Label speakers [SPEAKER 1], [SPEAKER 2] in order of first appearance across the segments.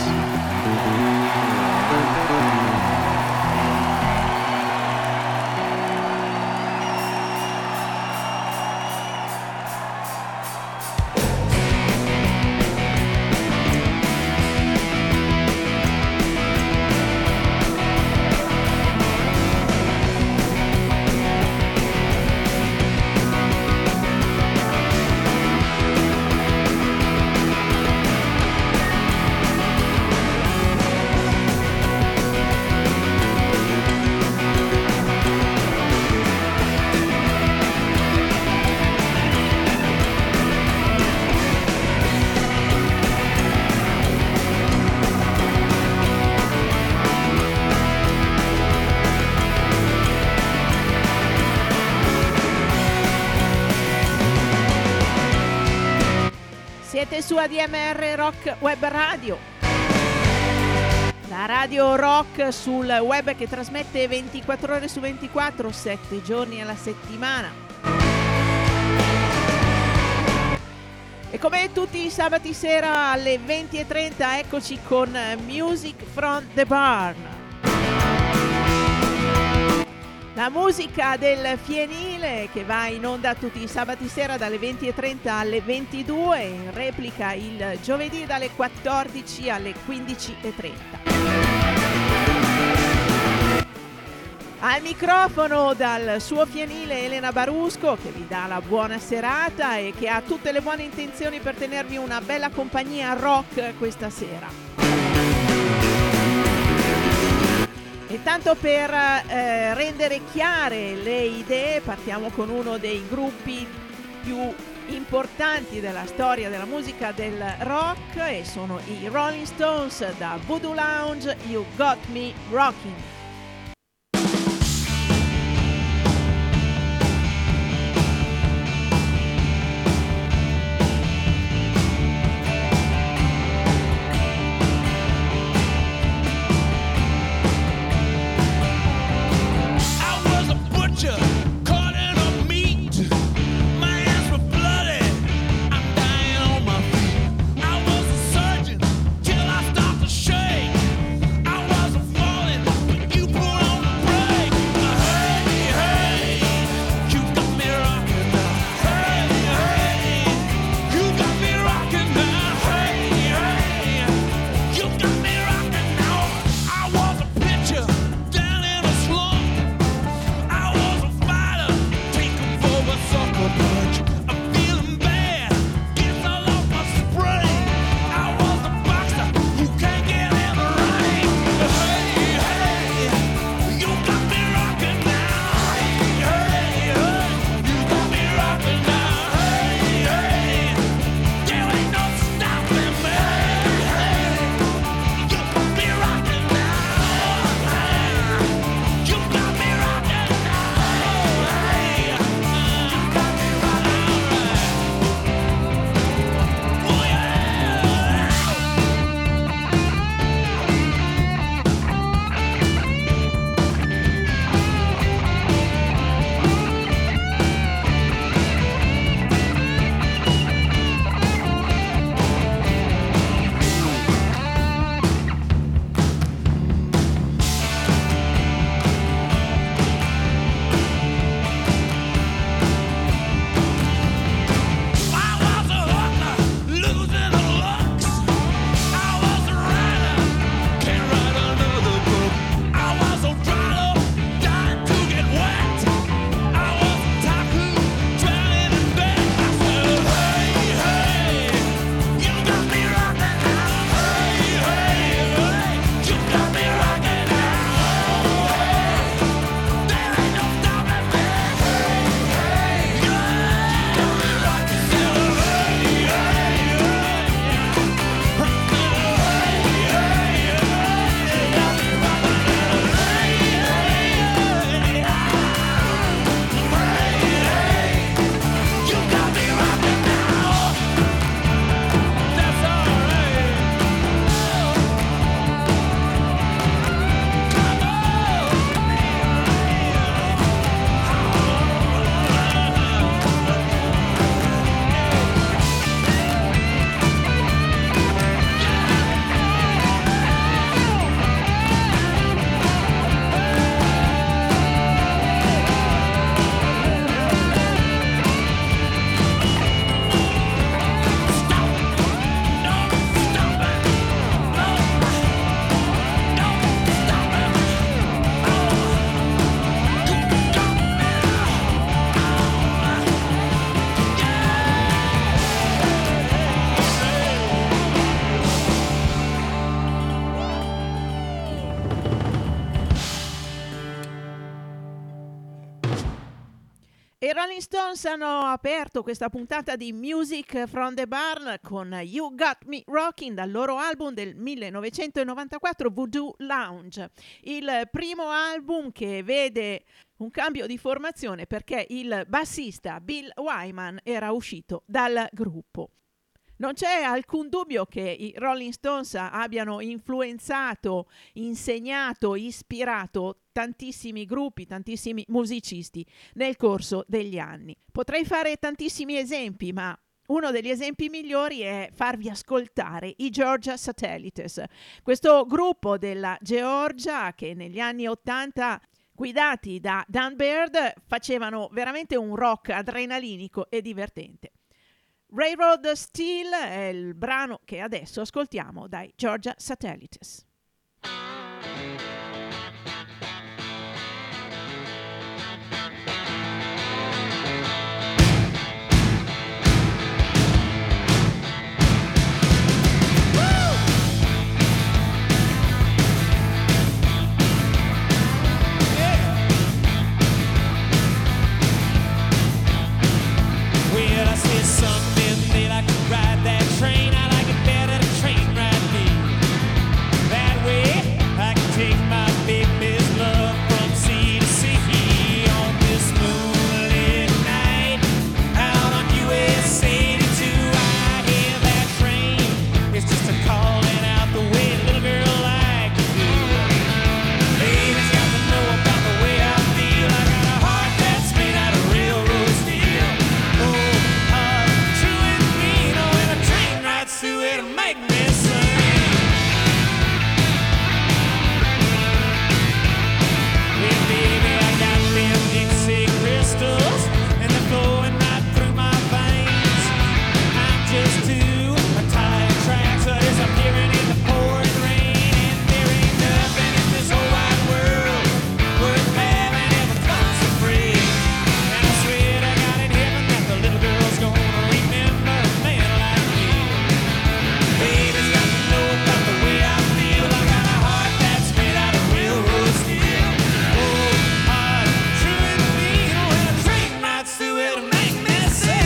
[SPEAKER 1] Siete su ADMR Rock Web Radio, la radio rock sul web che trasmette 24 ore su 24, 7 giorni alla settimana. E come tutti i sabati sera alle 20:30 eccoci con Music from the Barn. La musica del fienile che va in onda tutti i sabati sera dalle 20:30 alle 22, in replica il giovedì dalle 14 alle 15:30. Al microfono dal suo fienile Elena Barusco, che vi dà la buona serata e che ha tutte le buone intenzioni per tenervi una bella compagnia rock questa sera. E tanto per rendere chiare le idee, partiamo con uno dei gruppi più importanti della storia della musica del rock, e sono i Rolling Stones. Da Voodoo Lounge, You Got Me Rocking.
[SPEAKER 2] You
[SPEAKER 1] I Rolling Stones hanno aperto questa puntata di Music from the Barn con You Got Me Rocking dal loro album del 1994 Voodoo Lounge, il primo album che vede un cambio di formazione perché il bassista Bill Wyman era uscito dal gruppo. Non c'è alcun dubbio che i Rolling Stones abbiano influenzato, insegnato, ispirato tantissimi gruppi, tantissimi musicisti nel corso degli anni. Potrei fare tantissimi esempi, ma uno degli esempi migliori è farvi ascoltare i Georgia Satellites, questo gruppo della Georgia che negli anni '80, guidati da Dan Baird, facevano veramente un rock adrenalinico e divertente. Railroad Steel è il brano che adesso ascoltiamo dai Georgia Satellites.
[SPEAKER 2] Ride that train, I like it better than train ride me. That way I can take my big Miss Love from sea to sea on this moonlit night out on US 82. I hear that train, it's just a calling out the way a little girl like to do. Baby's got to know about the way I feel. I got a heart that's made out of railroad steel. Oh, heart true and mean, oh, and a train rides through it'll make me sing. Well, baby, I got them Dixie crystals, and they're flowing right through my veins. I'm just too tired tracks are disappearing in the pouring rain, and there ain't nothing in this whole wide world worth having if it comes for free. And I swear to God in heaven that the little girl's gonna remember a man like me. Baby's got to know about the way I feel. I got a heart that's made out of railroad steel. Oh, heart, true and mean. Oh, when a train rides through it'll make me say.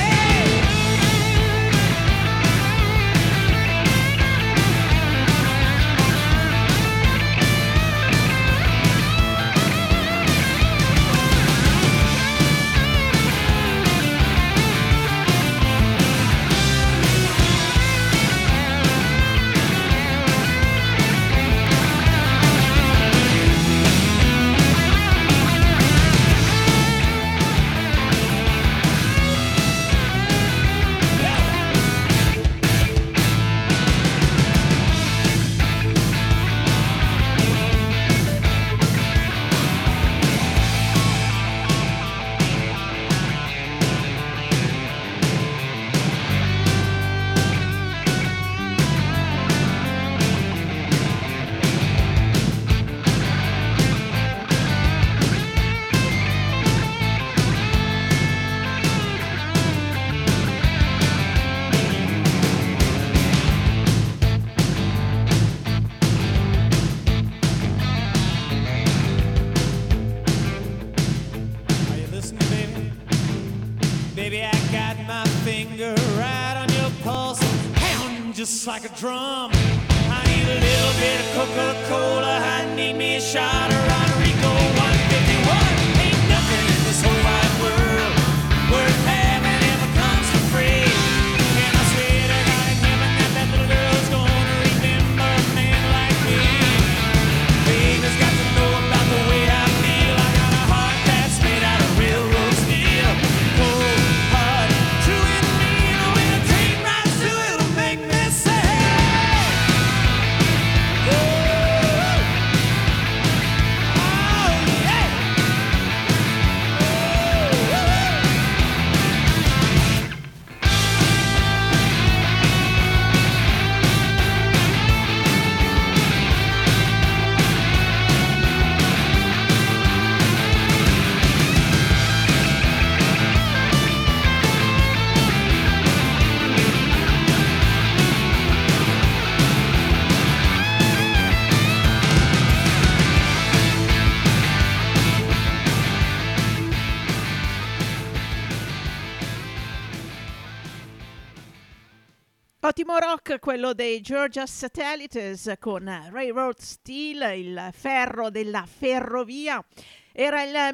[SPEAKER 2] Are you listening, baby? Baby, I got my finger right on your pulse, pounding just like a drum. I need a little bit of Coca-Cola, I need me a shot of Rodrigo 151. Ain't nothing in this whole wide world worth having if it comes for free. And I swear to God in heaven that that little girl's gonna remember a man like me. Baby's got to know about the way I feel. I got a heart that's made out of railroad steel. Cold heart, true and mean. Oh, when a train rides through, it'll make me say.
[SPEAKER 1] Ottimo rock quello dei Georgia Satellites con Railroad Steel, il ferro della ferrovia. Era il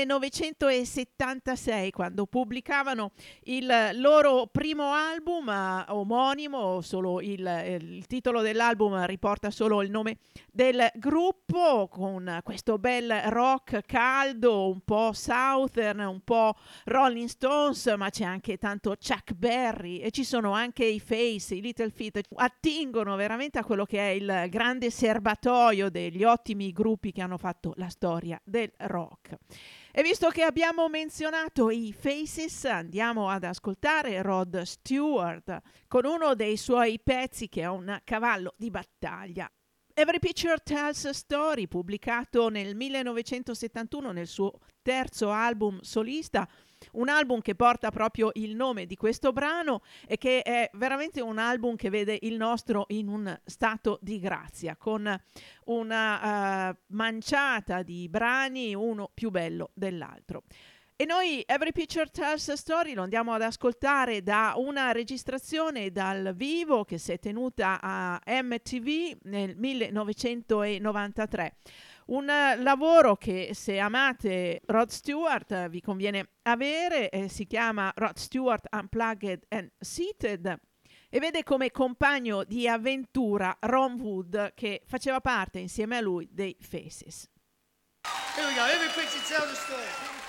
[SPEAKER 1] 1976 quando pubblicavano il loro primo album omonimo, solo il titolo dell'album riporta solo il nome del gruppo, con questo bel rock caldo, un po' Southern, un po' Rolling Stones, ma c'è anche tanto Chuck Berry e ci sono anche i Face, i Little Feat, attingono veramente a quello che è il grande serbatoio degli ottimi gruppi che hanno fatto la storia del rock. E visto che abbiamo menzionato i Faces, andiamo ad ascoltare Rod Stewart con uno dei suoi pezzi che è un cavallo di battaglia. Every Picture Tells a Story, pubblicato nel 1971 nel suo terzo album solista, un album che porta proprio il nome di questo brano e che è veramente un album che vede il nostro in un stato di grazia, con una manciata di brani, uno più bello dell'altro. E noi Every Picture Tells a Story lo andiamo ad ascoltare da una registrazione dal vivo che si è tenuta a MTV nel 1993. Un lavoro che, se amate Rod Stewart, vi conviene avere, si chiama Rod Stewart Unplugged and Seated e vede come compagno di avventura Ron Wood, che faceva parte insieme a lui dei Faces.
[SPEAKER 3] Here we go. Every picture tells a story.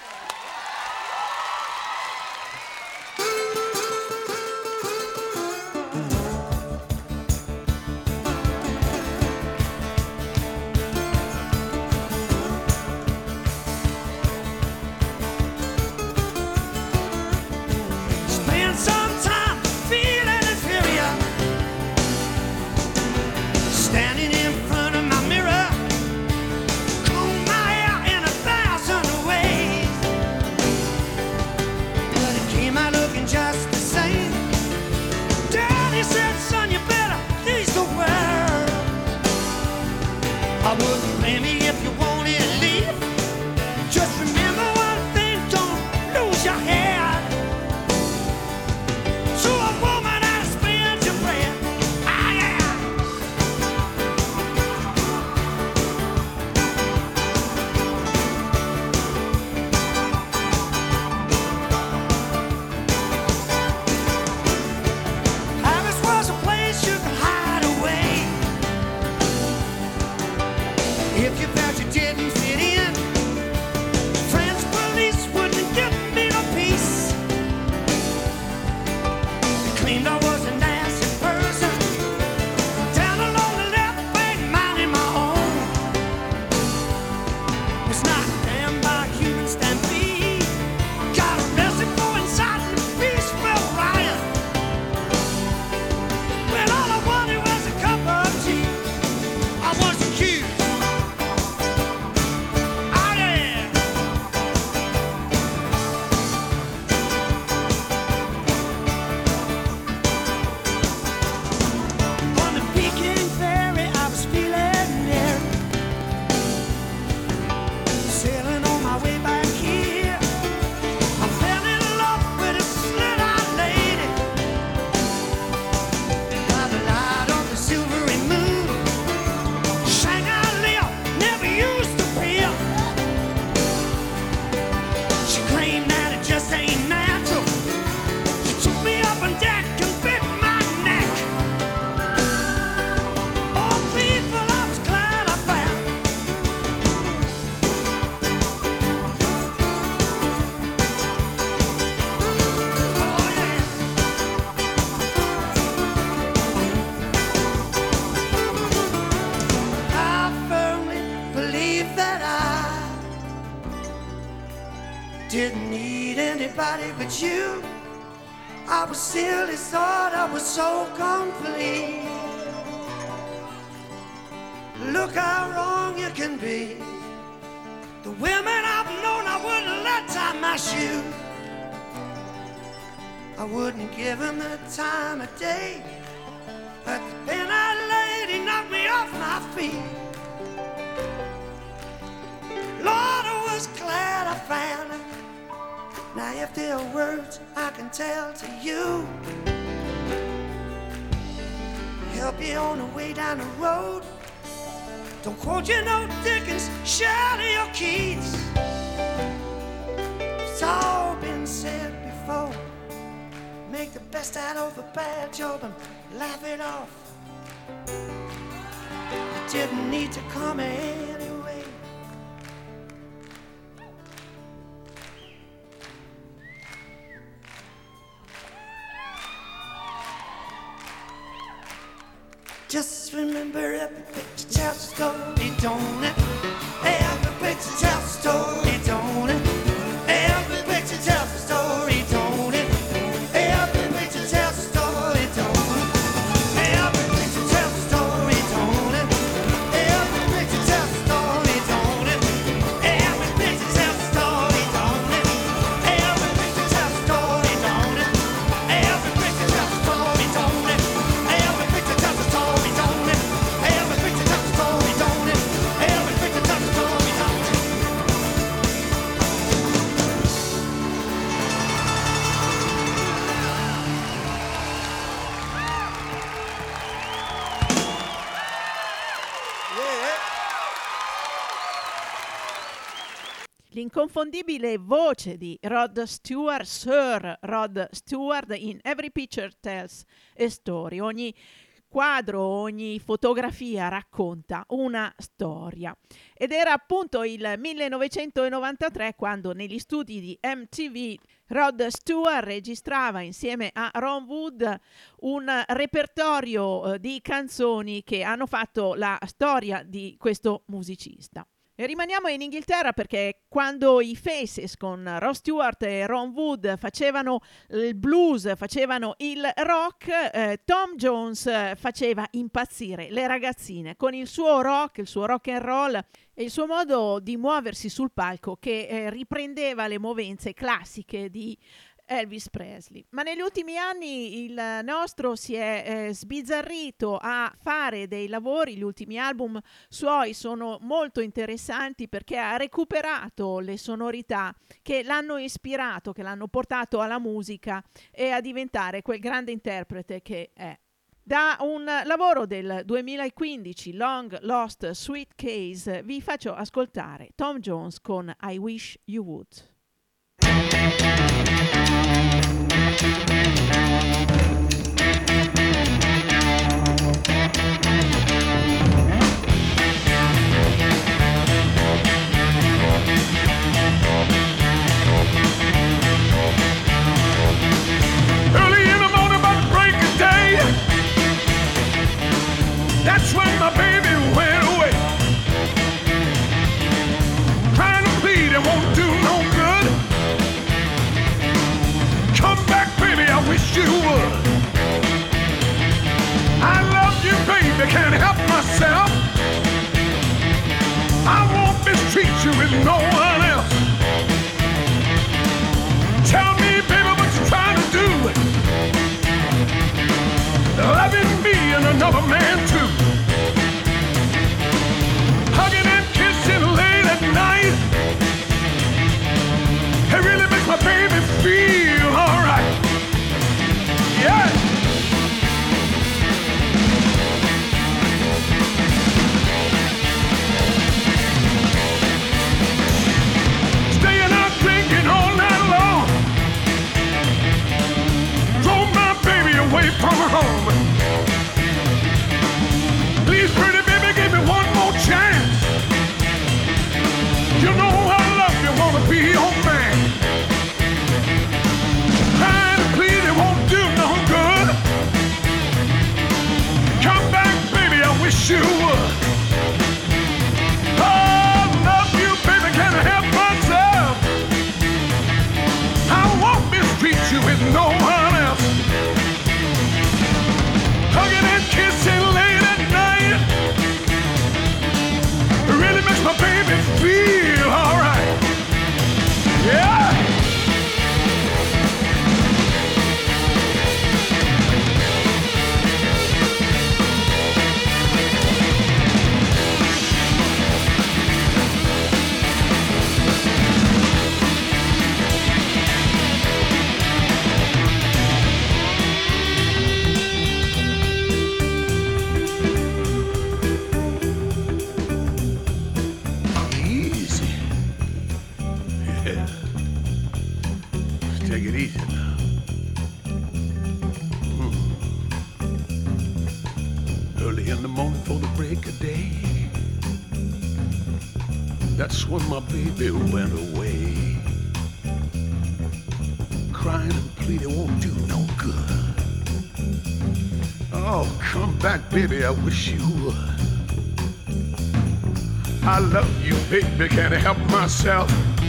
[SPEAKER 2] Standing in front of my mirror, comb my hair in 1,000 ways, but it came out looking just the same. Daddy said, son, you better ease the world. I wouldn't blame you if you wanted to leave. Just remember one thing, don't lose your head. So a woman that spins your bread. Ah, yeah. Paris was a place you could hide away if you felt you didn't fit in. Friends, police wouldn't give me no peace. They claimed I was a nasty person, down along the left bank, minding my own. Was knocked down by a human stampede, got arrested for inciting a peaceful riot. When all I wanted was a cup of tea, I was accused. Oh yeah. On the Peking ferry, I was feeling merry, sailing on my way back here. I fell in love with a slit-eyed lady by the light of the silvery moon. Shanghai Leo never used to appear. She claimed that it just ain't natural. She took me up on deck and bit my neck. Oh, people, I was glad I found. Oh, yeah. I firmly believe that I didn't need anybody but you. I was silly, thought I was so complete. Look how wrong you can be. The women I've known, I wouldn't let tie my shoe. I wouldn't give him the time of day, but the pen-eyed lady knocked me off my feet. Lord, I was glad I found her. Now if there are words I can tell to you,
[SPEAKER 3] help you on the way down the road. Don't quote you no Dickens, shadow your keys. It's all been said before. Make the best out of a bad job and laugh it off. You didn't need to come anyway. Just remember every picture tells a story, don't it? Every picture tells a story, don't it? Every picture tells a story, don't it? Every picture tells a story, don't it? Every picture tells a story, don't it? Every picture tells a story, don't it? Every picture tells a story, don't it? Every picture tells a story, don't it? Every picture tells a story, don't it? Every picture tells a story, don't it? Every picture tells a story, don't it? Every picture tells a story, don't it?
[SPEAKER 1] L'inconfondibile voce di Rod Stewart, Sir Rod Stewart, in Every Picture Tells a Story. Ogni quadro, ogni fotografia racconta una storia. Ed era appunto il 1993 quando negli studi di MTV Rod Stewart registrava insieme a Ron Wood un repertorio di canzoni che hanno fatto la storia di questo musicista. E rimaniamo in Inghilterra perché quando i Faces con Rod Stewart e Ron Wood facevano il blues, facevano il rock, Tom Jones faceva impazzire le ragazzine con il suo rock and roll e il suo modo di muoversi sul palco che riprendeva le movenze classiche di Elvis Presley. Ma negli ultimi anni il nostro si è sbizzarrito a fare dei lavori. Gli ultimi album suoi sono molto interessanti perché ha recuperato le sonorità che l'hanno ispirato, che l'hanno portato alla musica e a diventare quel grande interprete che è. Da un lavoro del 2015, Long Lost Sweet Case, vi faccio ascoltare Tom Jones con I Wish You Would.
[SPEAKER 4] Early in the morning, about the break of day, that's when my baby went away. Trying to plead, it won't do no good. Come back, baby, I wish you would. I love you, baby, can't day. That's when my baby went away. Crying and pleading won't do no good. Oh, come back, baby, I wish you would. I love you, baby, can't help myself.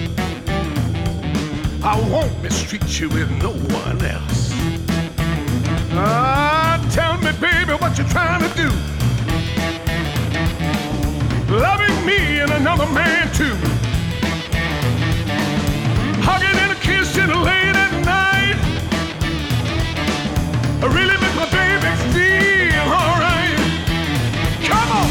[SPEAKER 4] I won't mistreat you with no one else. Tell me, baby, what you're trying to do. Loving me and another man too. Hugging and kissing late at night. Really make my baby feel alright. Come on.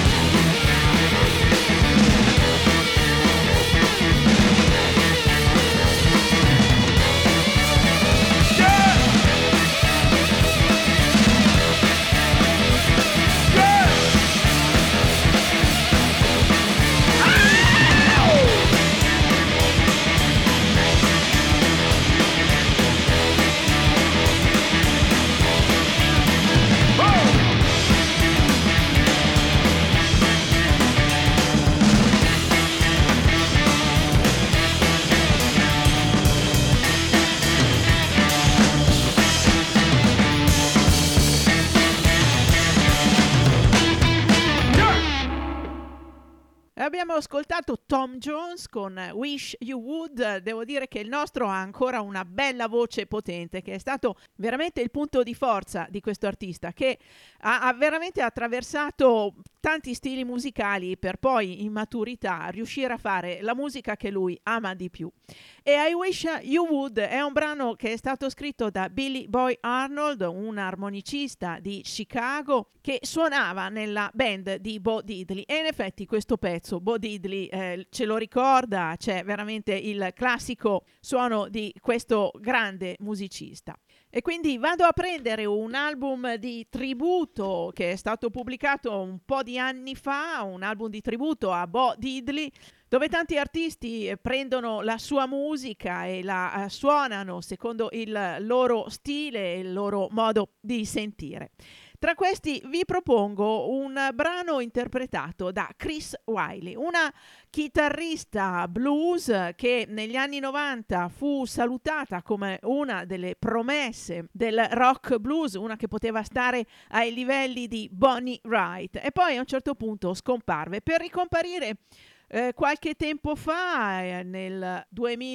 [SPEAKER 1] Abbiamo ascoltato Tom Jones con Wish You Would. Devo dire che il nostro ha ancora una bella voce potente, che è stato veramente il punto di forza di questo artista, che ha veramente attraversato tanti stili musicali per poi in maturità riuscire a fare la musica che lui ama di più. E I Wish You Would è un brano che è stato scritto da Billy Boy Arnold, un armonicista di Chicago che suonava nella band di Bo Diddley, e in effetti questo pezzo Bo Diddley ce lo ricorda, c'è veramente il classico suono di questo grande musicista. E quindi vado a prendere un album di tributo che è stato pubblicato un po' di anni fa, un album di tributo a Bo Diddley, dove tanti artisti prendono la sua musica e la suonano secondo il loro stile e il loro modo di sentire. Tra questi vi propongo un brano interpretato da Chris Wiley, una chitarrista blues che negli anni 90 fu salutata come una delle promesse del rock blues, una che poteva stare ai livelli di Bonnie Wright, e poi a un certo punto scomparve per ricomparire qualche tempo fa, nel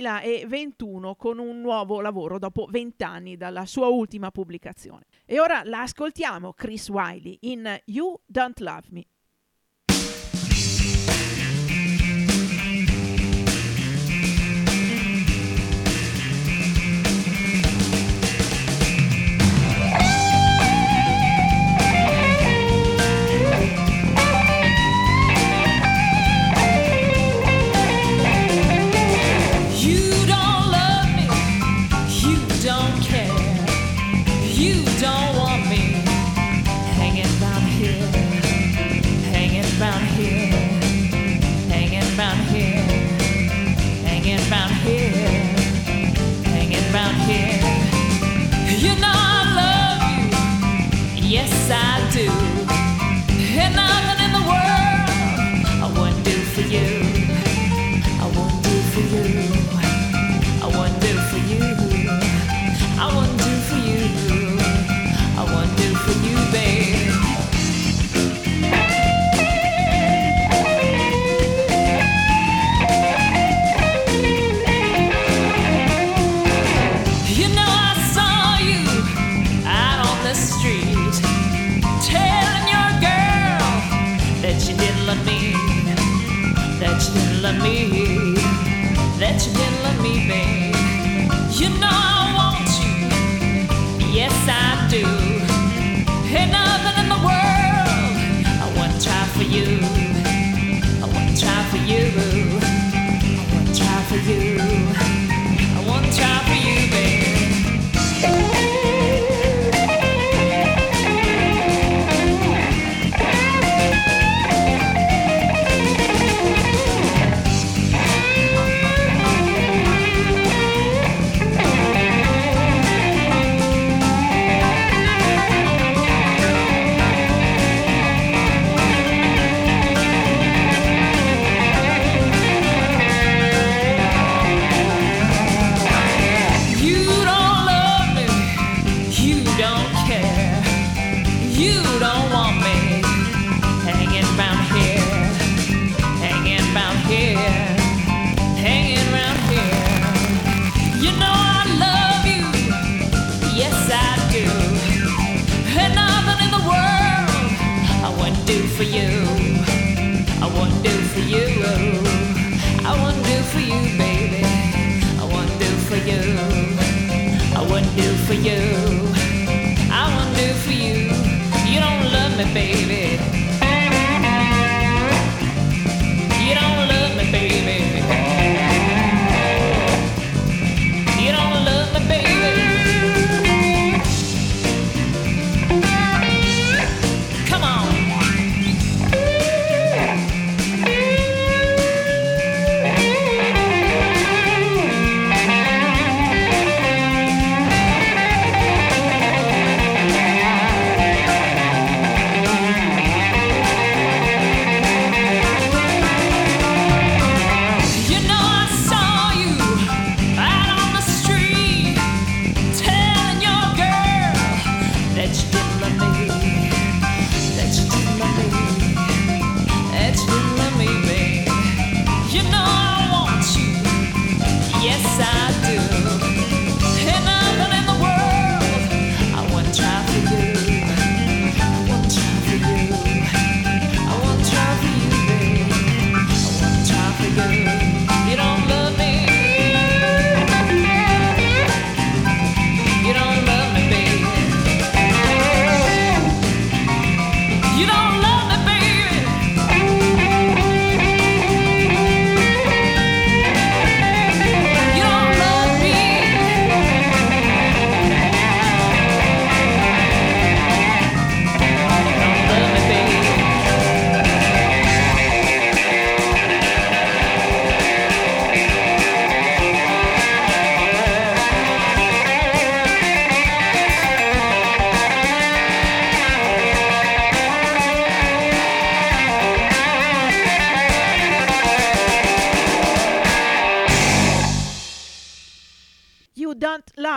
[SPEAKER 1] 2021, con un nuovo lavoro dopo 20 anni dalla sua ultima pubblicazione. E ora la ascoltiamo, Chris Wiley, in You Don't Love Me.
[SPEAKER 5] Yes, I do. And nothing in the world I wouldn't do for you. I wouldn't do for you. I wouldn't do for you. I wouldn't do for you. I wouldn't do for you, babe. Love me, that you didn't love me, that you didn't love me, babe. You know I want you, yes I do. Ain't nothing in the world I wouldn't try for you. I wouldn't try for you. I wouldn't try for you. I wouldn't try for you, babe.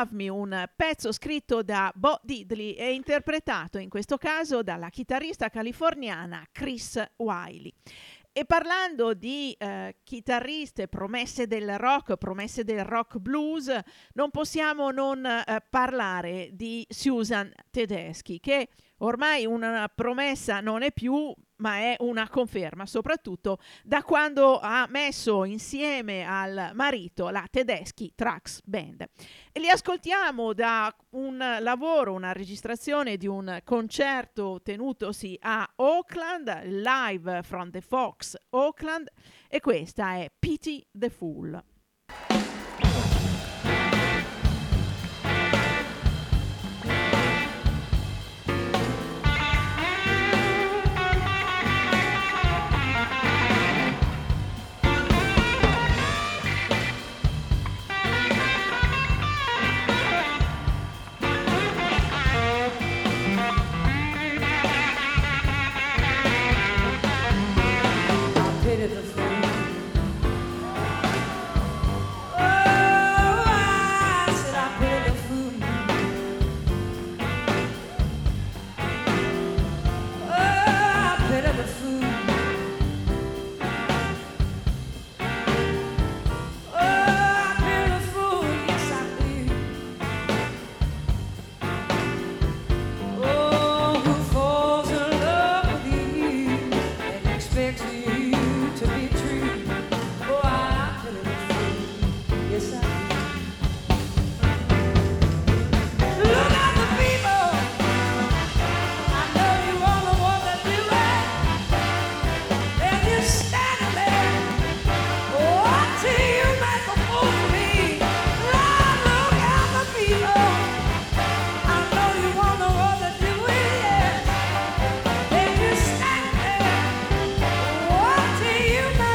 [SPEAKER 1] Love Me, un pezzo scritto da Bo Diddley e interpretato in questo caso dalla chitarrista californiana Chris Wiley. E parlando di chitarriste, promesse del rock blues, non possiamo non parlare di Susan Tedeschi, che ormai una promessa non è più, ma è una conferma, soprattutto da quando ha messo insieme al marito la Tedeschi Trucks Band. E li ascoltiamo da un lavoro, una registrazione di un concerto tenutosi a Oakland, Live from the Fox Oakland, e questa è Pity the Fool.
[SPEAKER 6] Pity the fool. You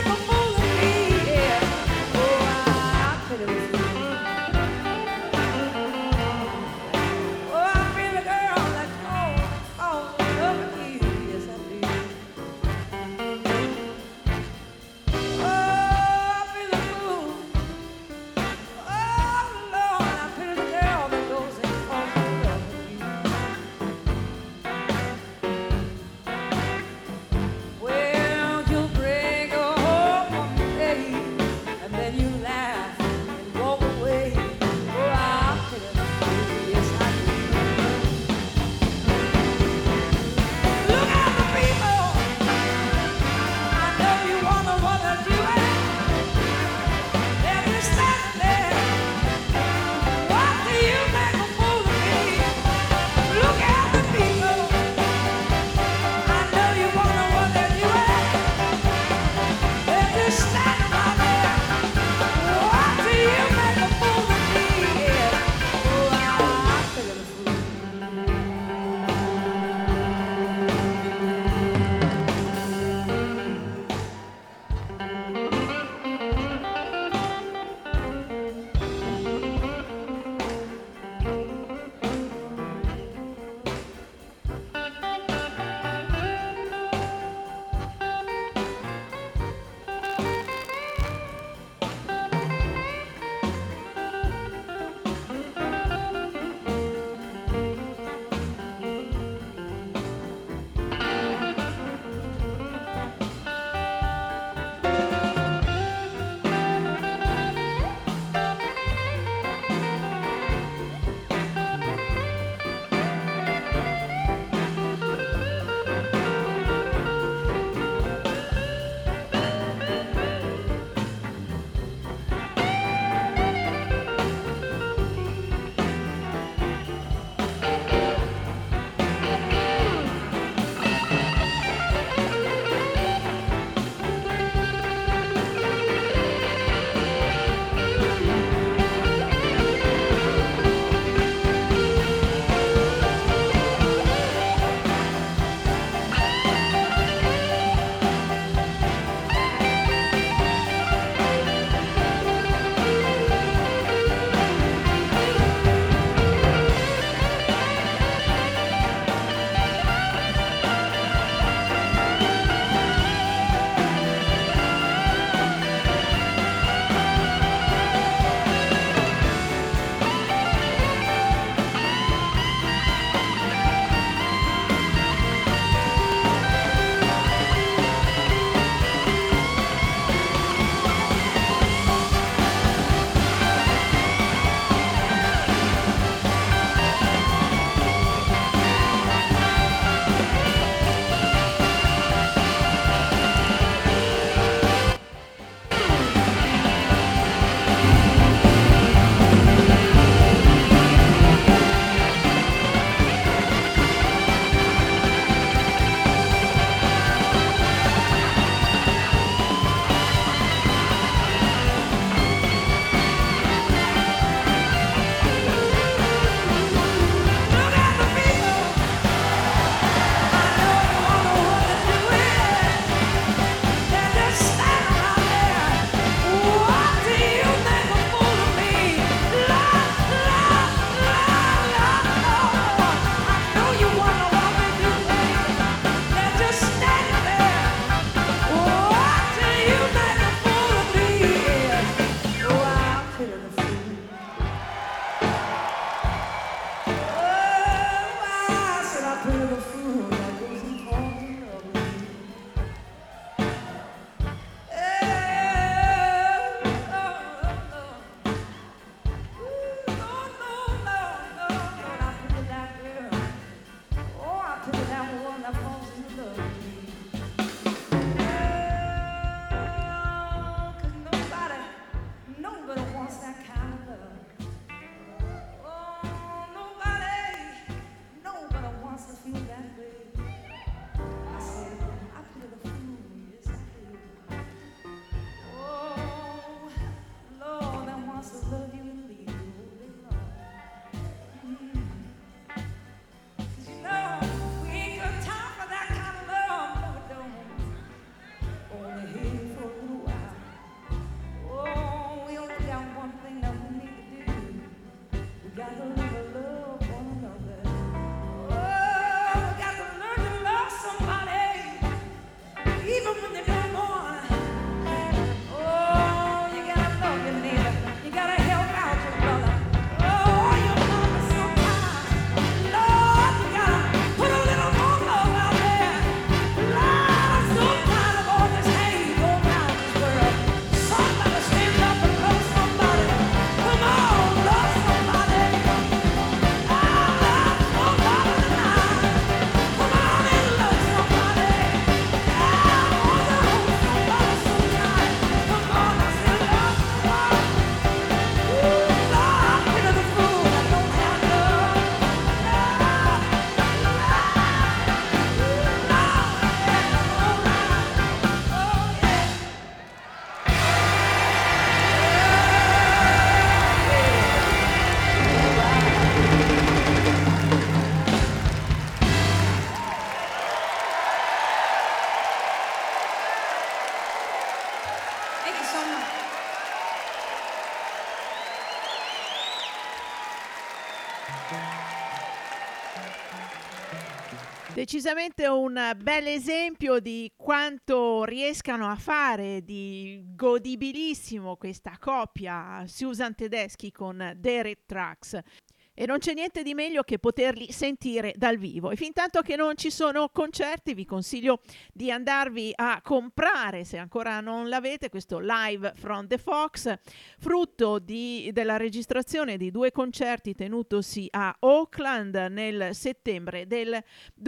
[SPEAKER 1] Decisamente un bel esempio di quanto riescano a fare di godibilissimo questa coppia Susan Tedeschi con Derek Trucks. E non c'è niente di meglio che poterli sentire dal vivo. E fin tanto che non ci sono concerti, vi consiglio di andarvi a comprare, se ancora non l'avete, questo Live from the Fox, frutto della registrazione di 2 concerti tenutosi a Auckland nel settembre del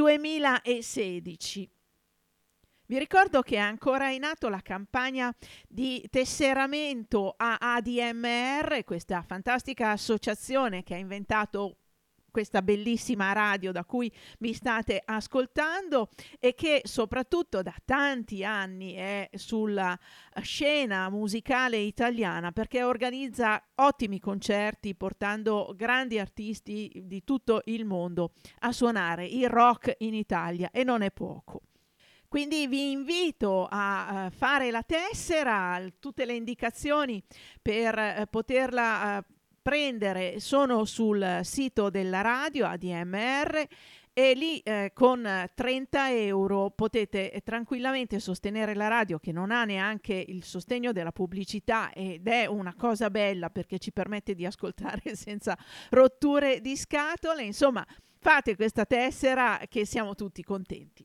[SPEAKER 1] 2016. Vi ricordo che è ancora in atto la campagna di tesseramento a ADMR, questa fantastica associazione che ha inventato questa bellissima radio da cui mi state ascoltando e che soprattutto da tanti anni è sulla scena musicale italiana, perché organizza ottimi concerti portando grandi artisti di tutto il mondo a suonare il rock in Italia, e non è poco. Quindi vi invito a fare la tessera, tutte le indicazioni per poterla prendere sono sul sito della radio ADMR, e lì con 30 euro potete tranquillamente sostenere la radio, che non ha neanche il sostegno della pubblicità, ed è una cosa bella perché ci permette di ascoltare senza rotture di scatole. Insomma, fate questa tessera che siamo tutti contenti.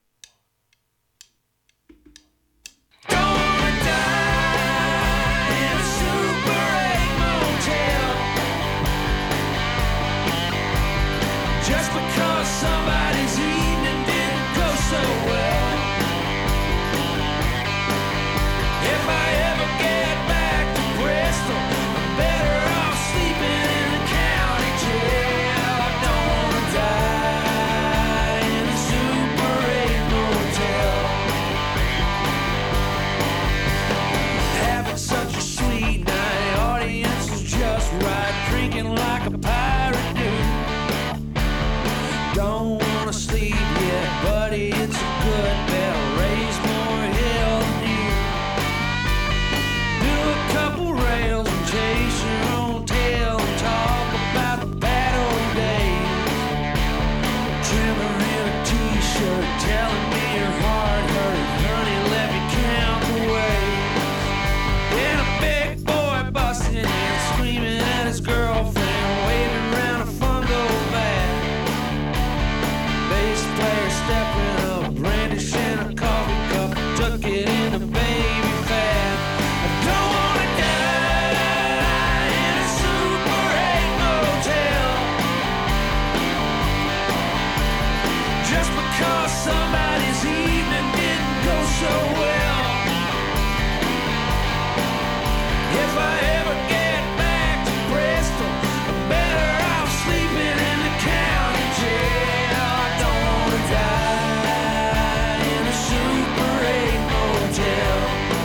[SPEAKER 3] Just because somebody's evening didn't go so well. If I ever get back to Bristol, I'm better off sleeping in the county jail. I don't wanna die in a Super 8 motel. Having such a sweet night, audience was just right, drinking like a pirate dude. Don't wanna sleep yet, buddy, it's a good bet. I'll raise more hell than you. Do a couple rails and chase your own tail and talk about the bad old days. Trimmer in a t-shirt telling me your heart hurt, honey, let me count the ways. And a big boy busting in, screaming at his girlfriend, waving around a fungo bag. Bass player stepping up, brandishing a coffee cup, took it in a baby fat. I don't wanna die in a Super 8 motel. Just because somebody's evening didn't go so well. If I ever get back to Bristol, I'm better off sleeping in the county jail. I don't wanna die in a Super 8 motel.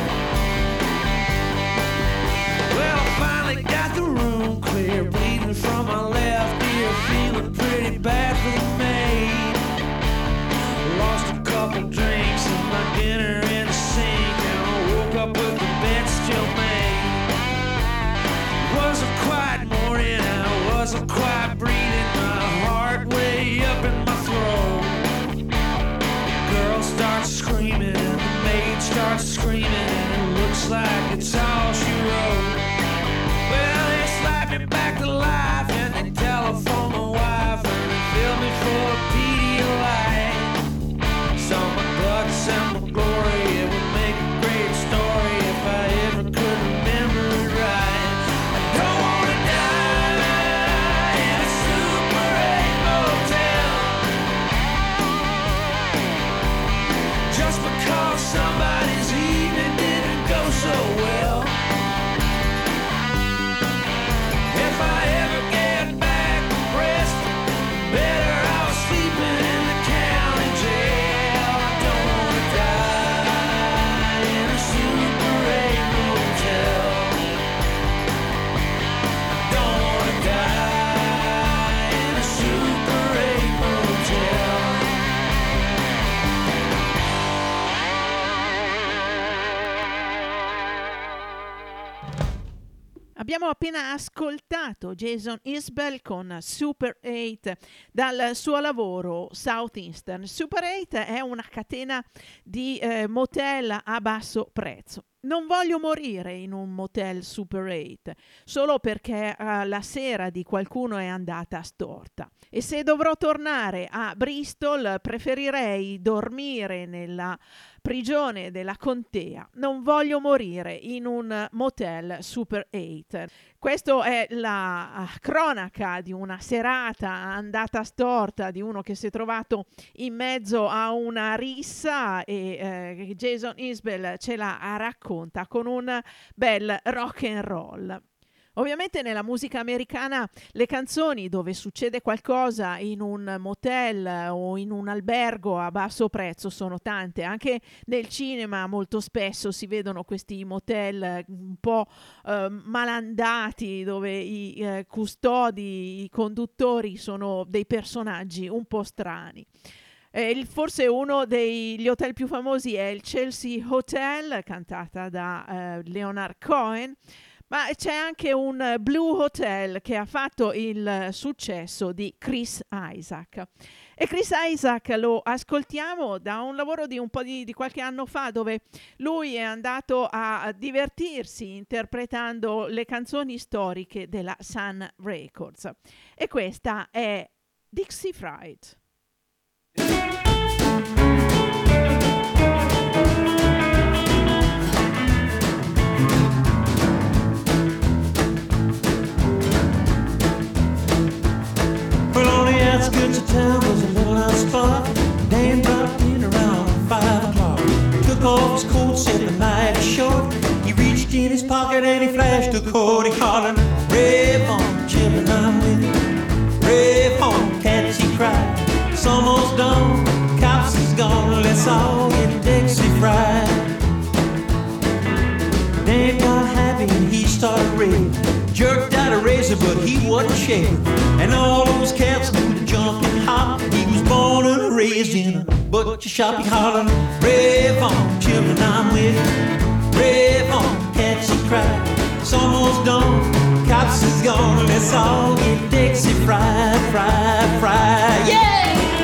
[SPEAKER 3] Well, I finally got the room clear, bleeding from my left ear, feeling pretty bad for the maid. Lost a couple drinks and my dinner in the sink, and I woke up with the bed still made. Was a quiet morning, I wasn't quite breathing, my heart way up in my throat. Girl starts screaming and the maid starts screaming, and it looks like it's all she wrote. Well, they slapped me back to life and they telephoned my wife and they filled me full of Pedialyte. So my guts and my glory, it would make a great story if I ever could remember it right. I don't wanna die in a Super 8 motel. Just because somebody's evening didn't go so well. If I ever
[SPEAKER 1] Abbiamo appena ascoltato Jason Isbell con Super 8 dal suo lavoro Southeastern. Super 8 è una catena di motel a basso prezzo. Non voglio morire in un motel Super 8 solo perché la sera di qualcuno è andata storta. E se dovrò tornare a Bristol, preferirei dormire nella prigione della contea. Non voglio morire in un motel Super 8. Questa è la cronaca di una serata andata storta di uno che si è trovato in mezzo a una rissa e Jason Isbell ce la racconta con un bel rock and roll. Ovviamente nella musica americana le canzoni dove succede qualcosa in un motel o in un albergo a basso prezzo sono tante. Anche nel cinema molto spesso si vedono questi motel un po' malandati dove i custodi, i conduttori sono dei personaggi un po' strani. Forse uno degli hotel più famosi è il Chelsea Hotel, cantata da Leonard Cohen. Ma c'è anche un Blue Hotel che ha fatto il successo di Chris Isaak. E Chris Isaak lo ascoltiamo da un lavoro di un po' di qualche anno fa, dove lui è andato a divertirsi interpretando le canzoni storiche della Sun Records. E questa è Dixie Fried.
[SPEAKER 3] Well, on the outskirts of town was a little house spot. Dan dropped in around 5 o'clock. Took off his coat, said the night was short. He reached in his pocket and he flashed a cord. He hollered, "Rev on, children, I'm with you. Rev on, cats, he cried. It's almost done, cops is gone. Let's all get Dixie fried." Dan got happy and he started raving. Jerked out a razor, but he wasn't shaving. And all those cats knew to jump and hop. He was born and raised in a butcher shop. He hollered, "Rev on, children, I'm with you. Rev on, cats, he cried. It's almost done, cops is gone. Let's all get Dixie fried, fried, fried. Yeah!"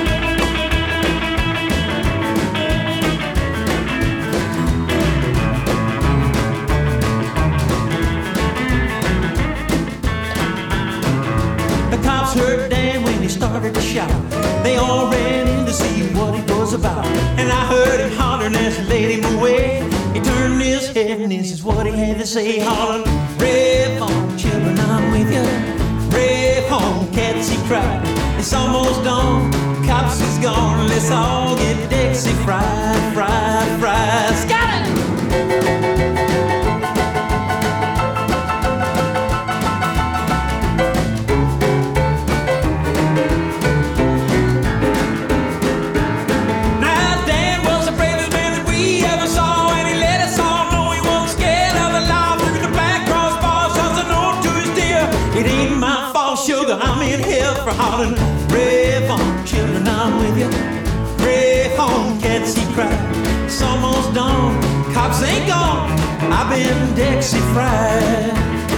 [SPEAKER 3] The cops heard Dan when he started to shout. They all ran in to see what it was about. And I heard him hollering as they led him away. He turned his head and this is what he had to say. Hollering, "Rev on, children, I'm with you. Rev on, cats, he cried. It's almost done, cops is gone. Let's all get Dixie fried, fried, fried. Scott it! Sugar, I'm in hell for hollering, "Rev on, children, I'm with you. Rev on, cats, he cried. It's almost done, cops ain't gone. I've been Dixie fried."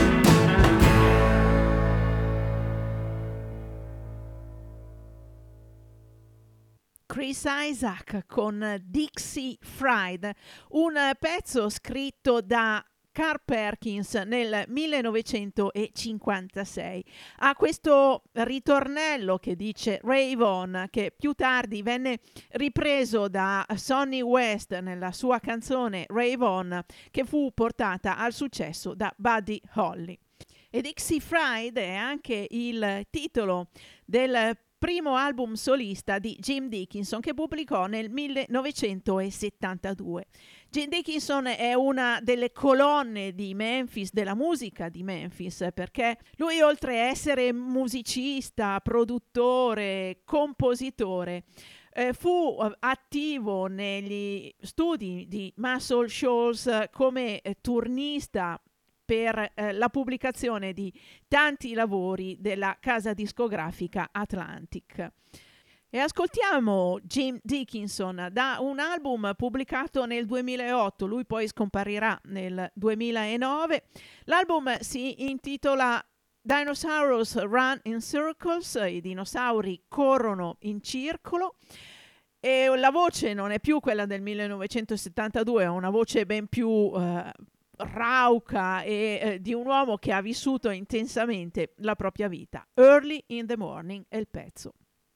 [SPEAKER 1] Chris Isaak con Dixie Fried, un pezzo scritto da Carl Perkins nel 1956. Ha questo ritornello che dice "Rave on", che più tardi venne ripreso da Sonny West nella sua canzone "Rave on", che fu portata al successo da Buddy Holly. E Dixie Fried è anche il titolo del primo album solista di Jim Dickinson, che pubblicò nel 1972. Jim Dickinson è una delle colonne di Memphis, della musica di Memphis, perché lui, oltre a essere musicista, produttore, compositore, fu attivo negli studi di Muscle Shoals come turnista per la pubblicazione di tanti lavori della casa discografica Atlantic. E ascoltiamo Jim Dickinson da un album pubblicato nel 2008, lui poi scomparirà nel 2009. L'album si intitola Dinosaurs Run in Circles, i dinosauri corrono in circolo, e la voce non è più quella del 1972, è una voce ben più rauca e di un uomo che ha vissuto intensamente la propria vita. Early in the Morning è il pezzo.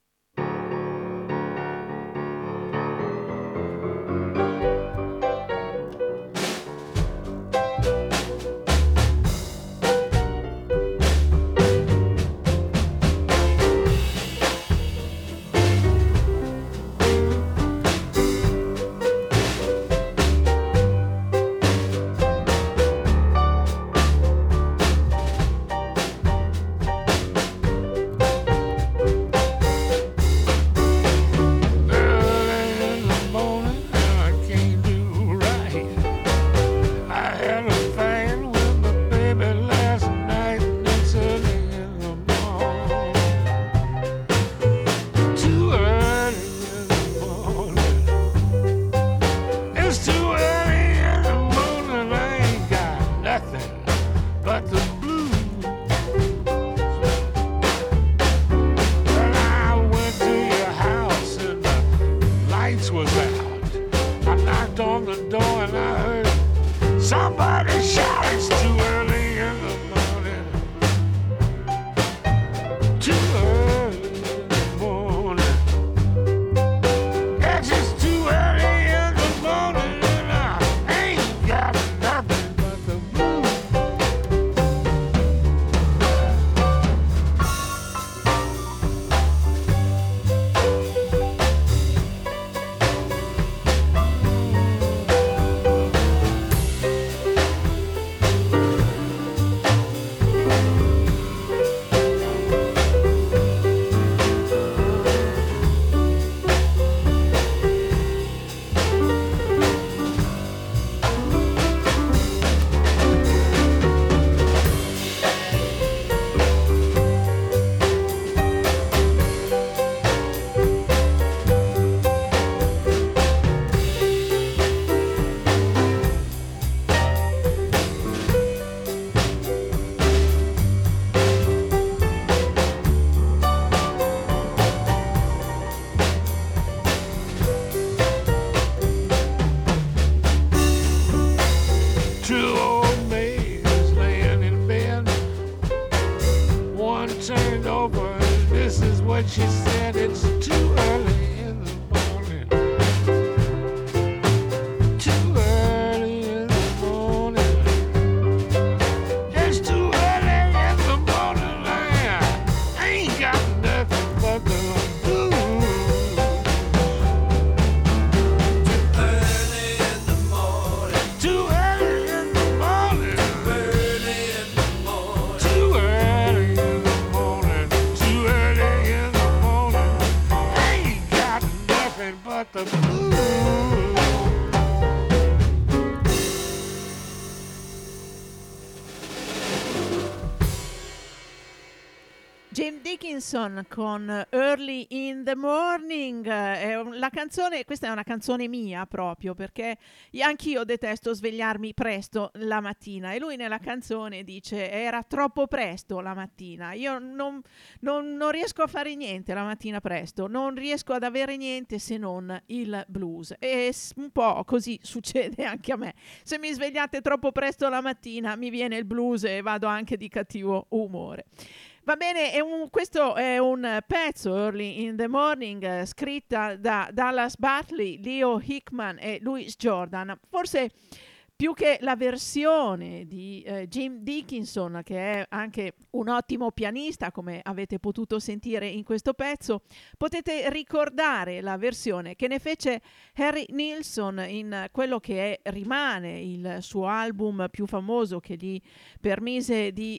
[SPEAKER 1] Jim Dickinson con Early in the Morning, la canzone, questa è una canzone mia proprio, perché anch'io detesto svegliarmi presto la mattina, e lui nella canzone dice era troppo presto la mattina, io non riesco a fare niente la mattina presto, non riesco ad avere niente se non il blues, e un po' così succede anche a me. Se mi svegliate troppo presto la mattina mi viene il blues e vado anche di cattivo umore. Va bene, questo è un pezzo, Early in the Morning, scritta da Dallas Bartley, Leo Hickman e Louis Jordan. Forse più che la versione di Jim Dickinson, che è anche un ottimo pianista, come avete potuto sentire in questo pezzo, potete ricordare la versione che ne fece Harry Nilsson in quello che rimane il suo album più famoso, che gli permise di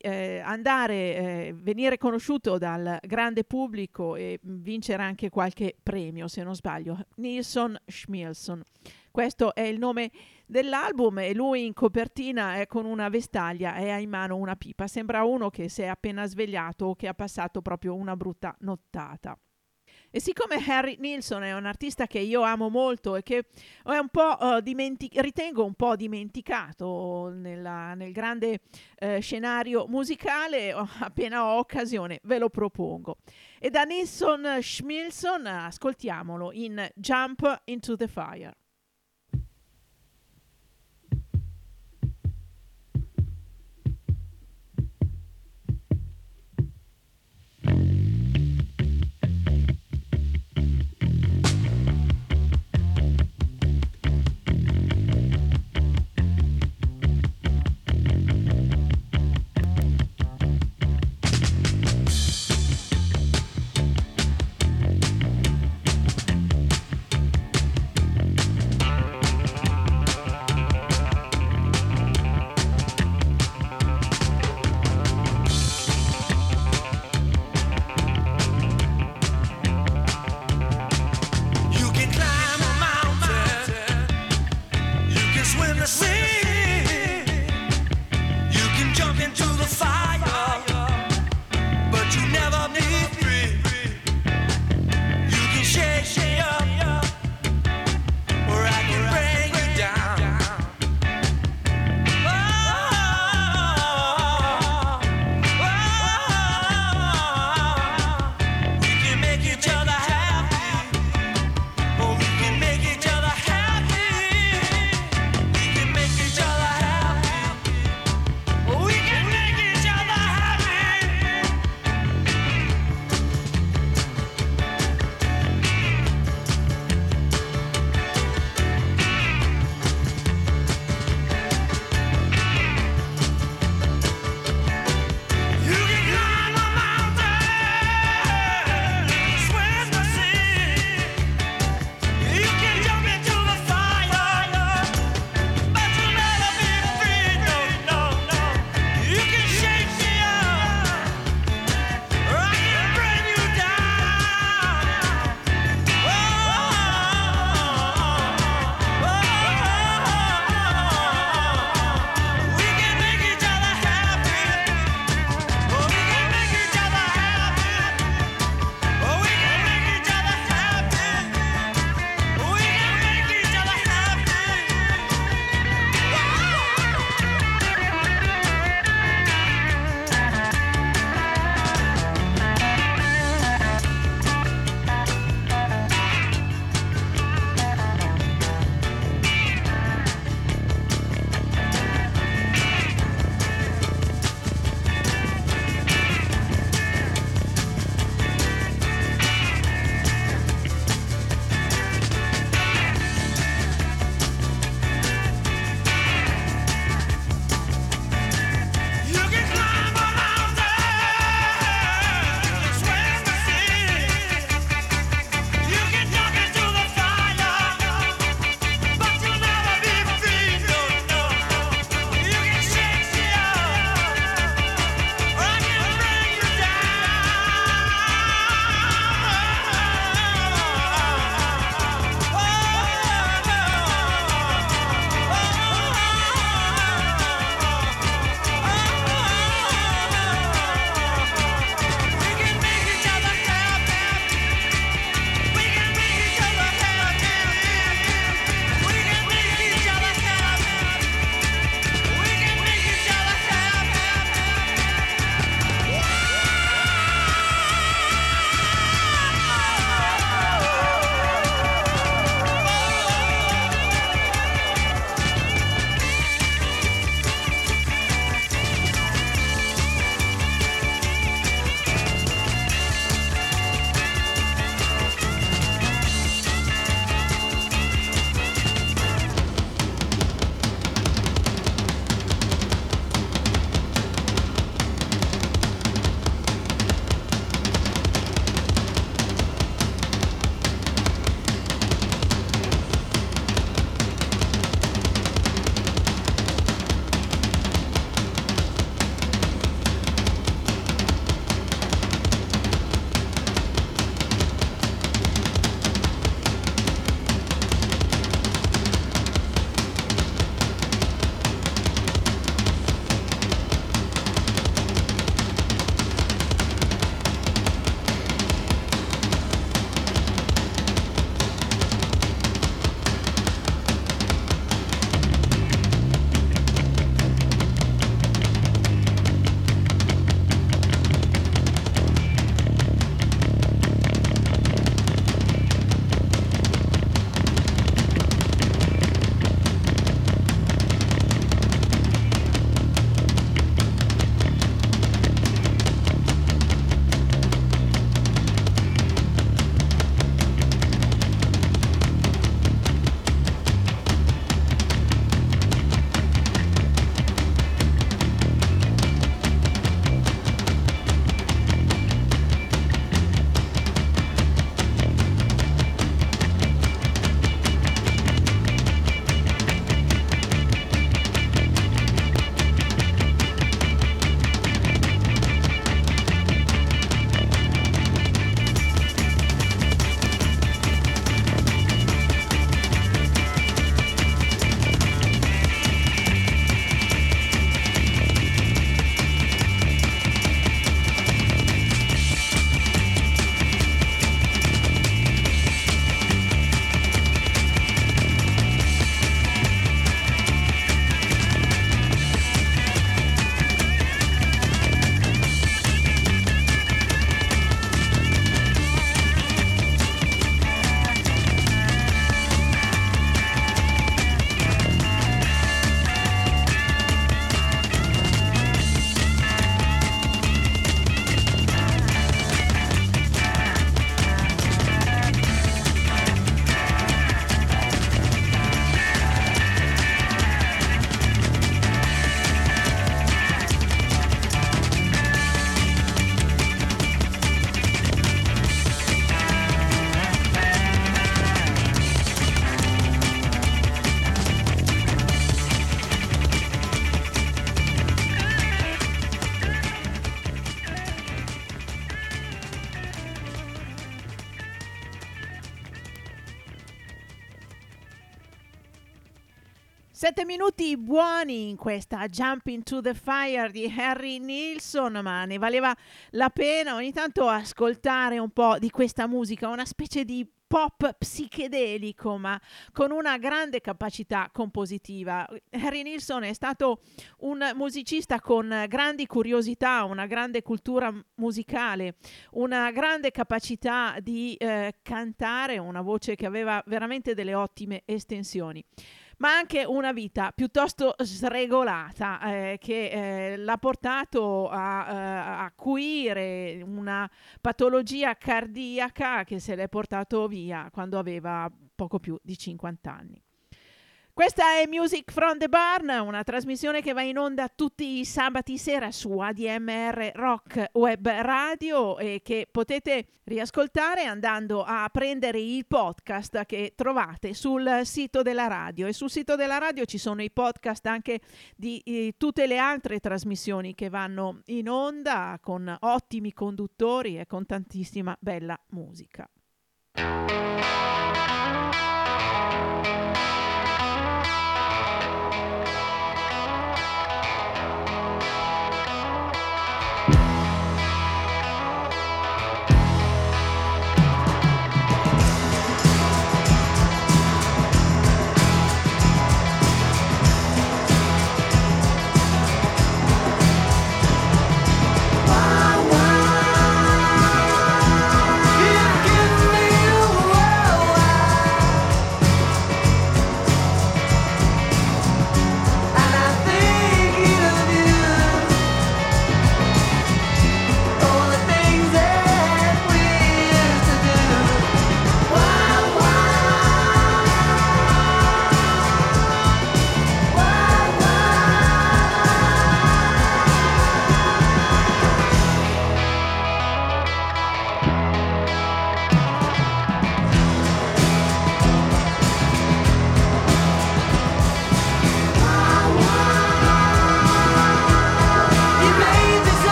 [SPEAKER 1] venire conosciuto dal grande pubblico e vincere anche qualche premio, se non sbaglio. Nilsson Schmilsson. Questo è il nome dell'album, e lui in copertina è con una vestaglia e ha in mano una pipa. Sembra uno che si è appena svegliato o che ha passato proprio una brutta nottata. E siccome Harry Nilsson è un artista che io amo molto e che è un po' ritengo un po' dimenticato nel grande scenario musicale, appena ho occasione ve lo propongo. E da Nilsson Schmilsson ascoltiamolo in Jump into the Fire.
[SPEAKER 3] Each other
[SPEAKER 1] 7 minuti buoni in questa Jump into the Fire di Harry Nilsson, ma ne valeva la pena ogni tanto ascoltare un po' di questa musica, una specie di pop psichedelico ma con una grande capacità compositiva. Harry Nilsson è stato un musicista con grandi curiosità, una grande cultura musicale, una grande capacità di cantare, una voce che aveva veramente delle ottime estensioni, ma anche una vita piuttosto sregolata che l'ha portato a acuire una patologia cardiaca che se l'è portato via quando aveva poco più di 50 anni. Questa è Music from the Barn, una trasmissione che va in onda tutti i sabati sera su ADMR Rock Web Radio e che potete riascoltare andando a prendere il podcast che trovate sul sito della radio, e sul sito della radio ci sono i podcast anche di tutte le altre trasmissioni che vanno in onda con ottimi conduttori e con tantissima bella musica.
[SPEAKER 3] Give me a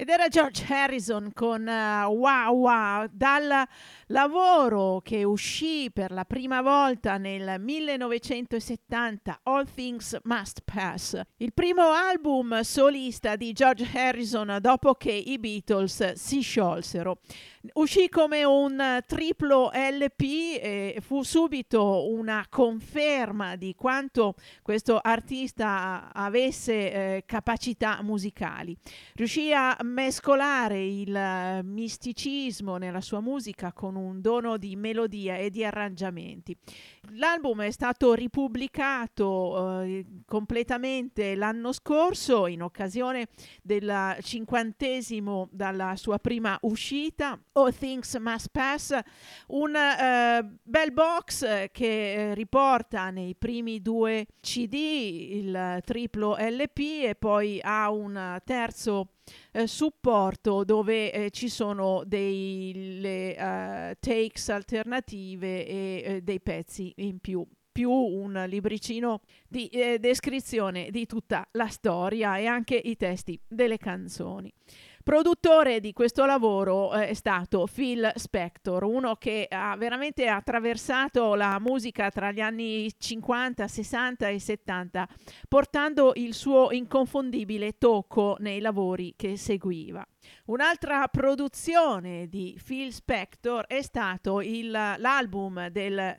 [SPEAKER 1] ed era George Harrison con Wow Wow, dal lavoro che uscì per la prima volta nel 1970, All Things Must Pass, il primo album solista di George Harrison dopo che i Beatles si sciolsero. Uscì come un triplo LP e fu subito una conferma di quanto questo artista avesse capacità musicali. Riuscì a mescolare il misticismo nella sua musica con un dono di melodia e di arrangiamenti. L'album è stato ripubblicato completamente l'anno scorso in occasione del 50° dalla sua prima uscita, All Things Must Pass, un bel box che riporta nei primi 2 CD il triplo LP e poi ha un terzo supporto dove ci sono delle takes alternative e dei pezzi in più un libricino di descrizione di tutta la storia e anche i testi delle canzoni. Produttore di questo lavoro è stato Phil Spector, uno che ha veramente attraversato la musica tra gli anni 50, 60 e 70, portando il suo inconfondibile tocco nei lavori che seguiva. Un'altra produzione di Phil Spector è stato l'album del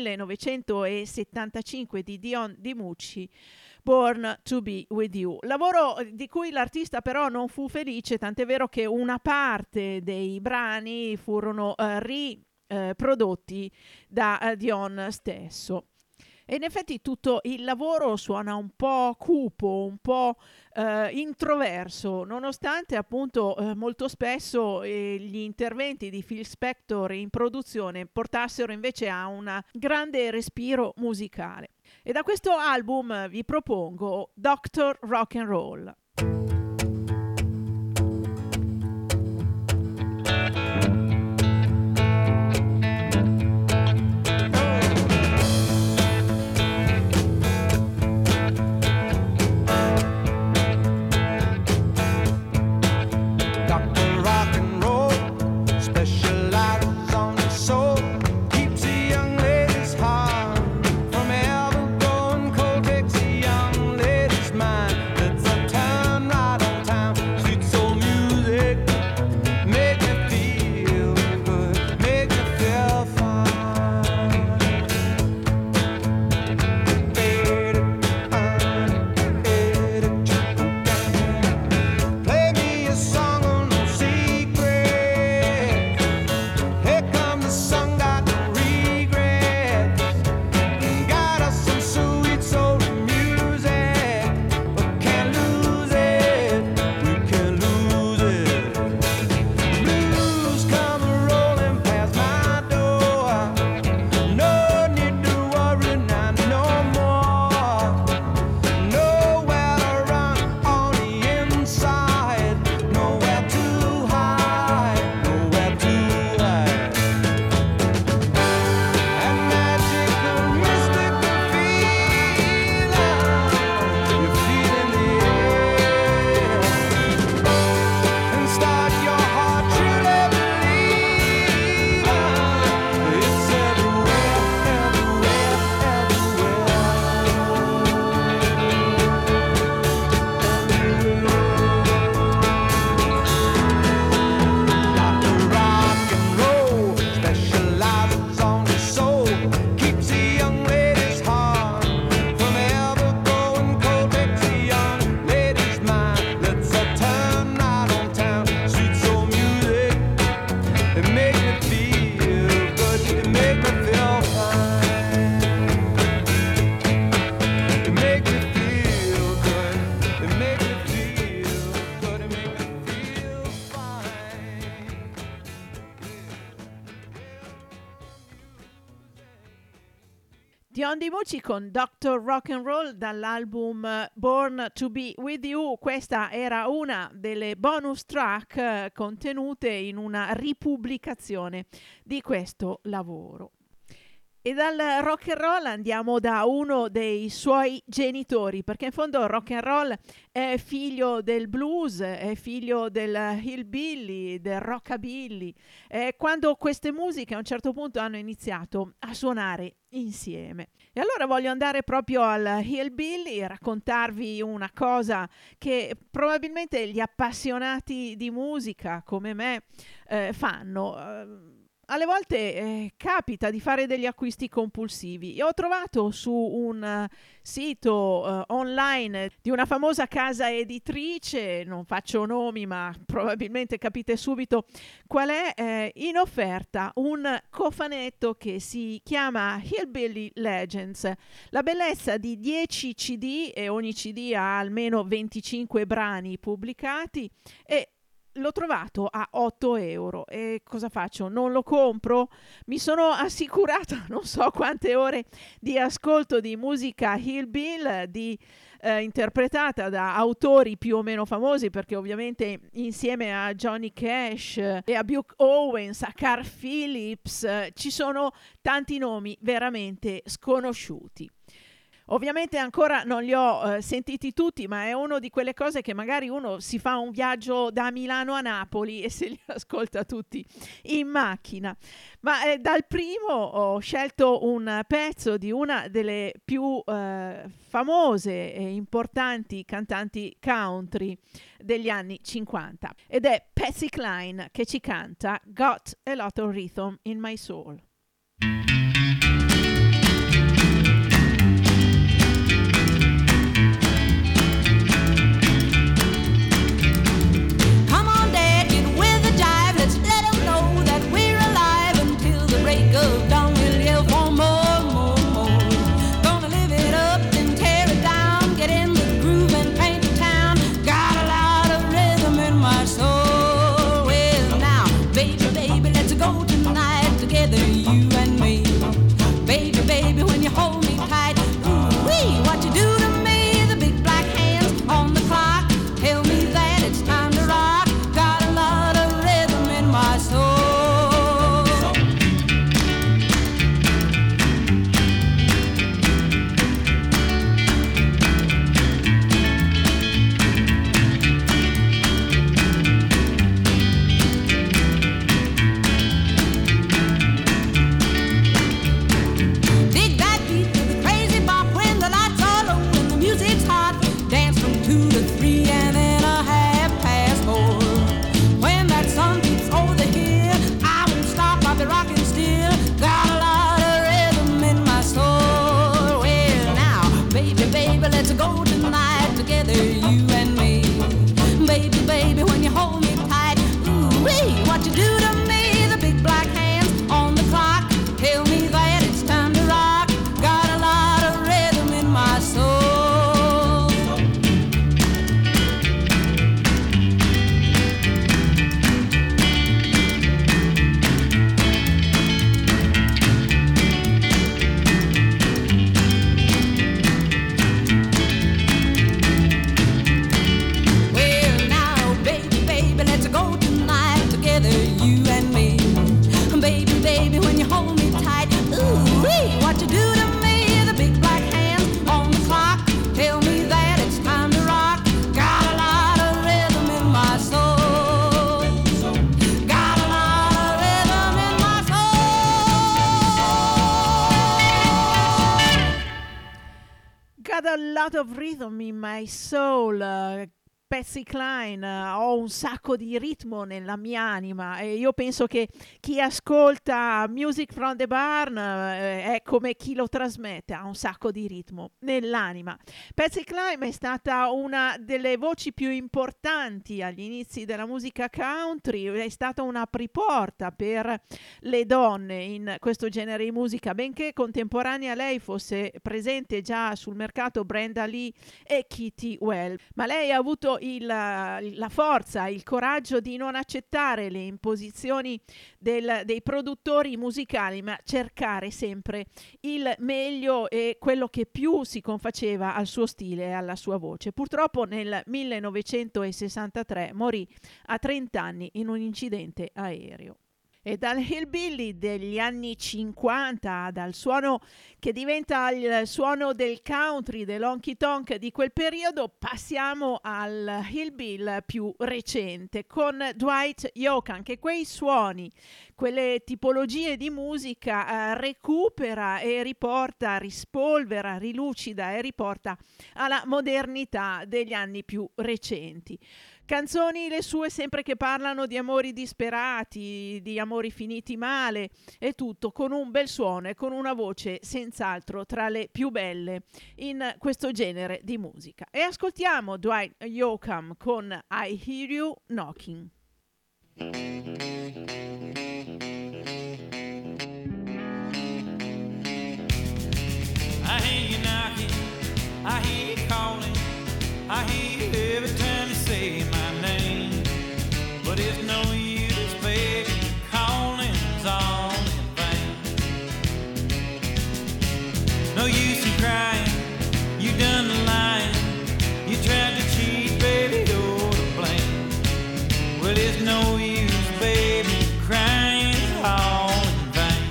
[SPEAKER 1] 1975 di Dion DiMucci, Born to Be With You, lavoro di cui l'artista però non fu felice, tant'è vero che una parte dei brani furono riprodotti da Dion stesso. E in effetti tutto il lavoro suona un po' cupo, un po' introverso, nonostante appunto molto spesso gli interventi di Phil Spector in produzione portassero invece a un grande respiro musicale. E da questo album vi propongo Dr. Rock and Roll. Dion DiMucci con Dr. Rock and Roll dall'album Born to Be With You. Questa era una delle bonus track contenute in una ripubblicazione di questo lavoro. E dal rock and roll andiamo da uno dei suoi genitori, perché in fondo il rock and roll è figlio del blues, è figlio del hillbilly, del rockabilly. Quando queste musiche a un certo punto hanno iniziato a suonare insieme. E allora voglio andare proprio al hillbilly e raccontarvi una cosa che probabilmente gli appassionati di musica come me fanno. Alle volte capita di fare degli acquisti compulsivi. Io ho trovato su un sito online di una famosa casa editrice, non faccio nomi ma probabilmente capite subito qual è, in offerta un cofanetto che si chiama Hillbilly Legends. La bellezza di 10 CD e ogni CD ha almeno 25 brani pubblicati e l'ho trovato a 8 euro. E cosa faccio? Non lo compro? Mi sono assicurata non so quante ore di ascolto di musica hillbill interpretata da autori più o meno famosi, perché ovviamente insieme a Johnny Cash e a Buck Owens, a Carl Phillips, ci sono tanti nomi veramente sconosciuti. Ovviamente ancora non li ho sentiti tutti, ma è una di quelle cose che magari uno si fa un viaggio da Milano a Napoli e se li ascolta tutti in macchina. Ma dal primo ho scelto un pezzo di una delle più famose e importanti cantanti country degli anni 50 ed è Patsy Cline che ci canta Got a Lot of Rhythm in My Soul.
[SPEAKER 6] Of dawn, we'll yell for more, more, more. Gonna live it up and tear it down. Get in the groove and paint the town. Got a lot of rhythm in my soul. Well, now, baby, baby, let's go tonight together, you and me. Baby, baby, when you hold me tight, ooh-wee, what you do to me? The big black hands on the clock tell me that it's time to rock. Got a lot of rhythm in my soul.
[SPEAKER 1] Lot of Rhythm in My Soul, Patsy Cline. Ho un sacco di ritmo nella mia anima e io penso che chi ascolta Music from the Barn è come chi lo trasmette, ha un sacco di ritmo nell'anima. Patsy Cline è stata una delle voci più importanti agli inizi della musica country, è stata una apriporta per le donne in questo genere di musica, benché contemporanea a lei fosse presente già sul mercato Brenda Lee e Kitty Well, ma lei ha avuto la forza, il coraggio di non accettare le imposizioni dei produttori musicali, ma cercare sempre il meglio e quello che più si confaceva al suo stile e alla sua voce. Purtroppo nel 1963 morì a 30 anni in un incidente aereo. E dal hillbilly degli anni 50, dal suono che diventa il suono del country, dell'honky tonk di quel periodo, passiamo al hillbilly più recente con Dwight Yoakam, che quei suoni, quelle tipologie di musica recupera e riporta, rispolvera, rilucida e riporta alla modernità degli anni più recenti. Canzoni le sue sempre che parlano di amori disperati, di amori finiti male e tutto con un bel suono e con una voce senz'altro tra le più belle in questo genere di musica. E ascoltiamo Dwight Yoakam con I Hear You Knocking.
[SPEAKER 3] I hear you knocking, I hear you calling, I hear you every time you say my name. But it's no use, baby, calling's all in vain. No use in crying, you done the lying, you tried to cheat, baby, you're to blame. Well, it's no use, baby, crying's all in vain.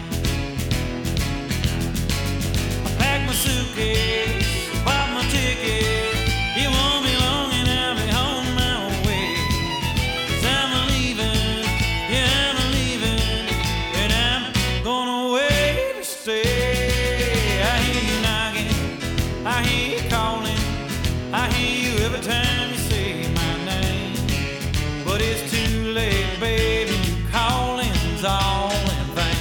[SPEAKER 3] I packed my suitcase, bought my ticket, it won't be long and I'll be on my way. 'Cause I'm leaving, yeah, I'm leaving, and I'm going away to stay. I hear you knocking, I hear you calling, I hear you every time you say my name. But it's too late, baby, your calling's all in vain.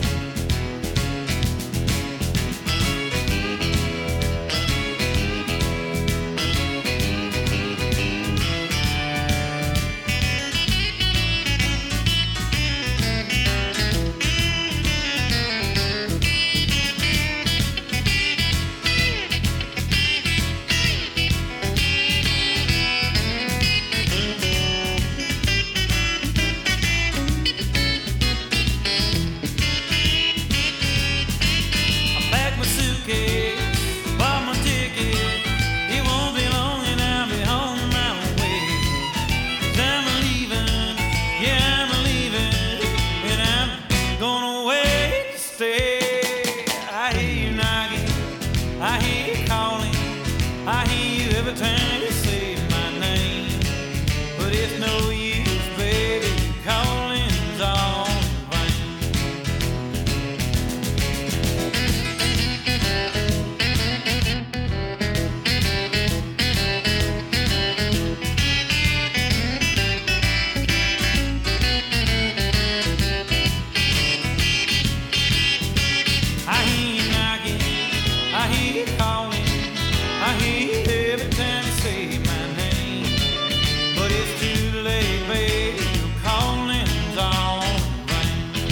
[SPEAKER 3] I packed my suitcase, bought my ticket, it won't be long and I'll be on my way. 'Cause I'm leaving, yeah, I'm leaving, and I'm going away to stay. I hear you knocking, I hear you calling, I hear you every time you say my name. But it's no use, baby, calling's all in vain. I hear you knocking, I hear you calling, I hear you every time you say my name. But it's too late, baby, your calling's all in vain.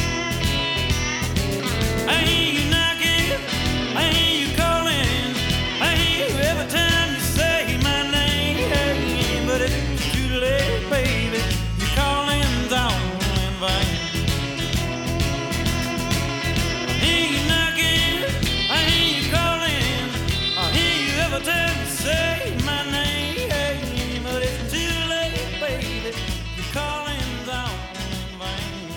[SPEAKER 3] I hear you knocking, I hear you calling, I hear you every time you say my name. But it's too late, baby, your calling's all in vain. I hear you knocking, I hear you calling, I hear you every time you say my name. But it's too late, baby, your calling's all in vain.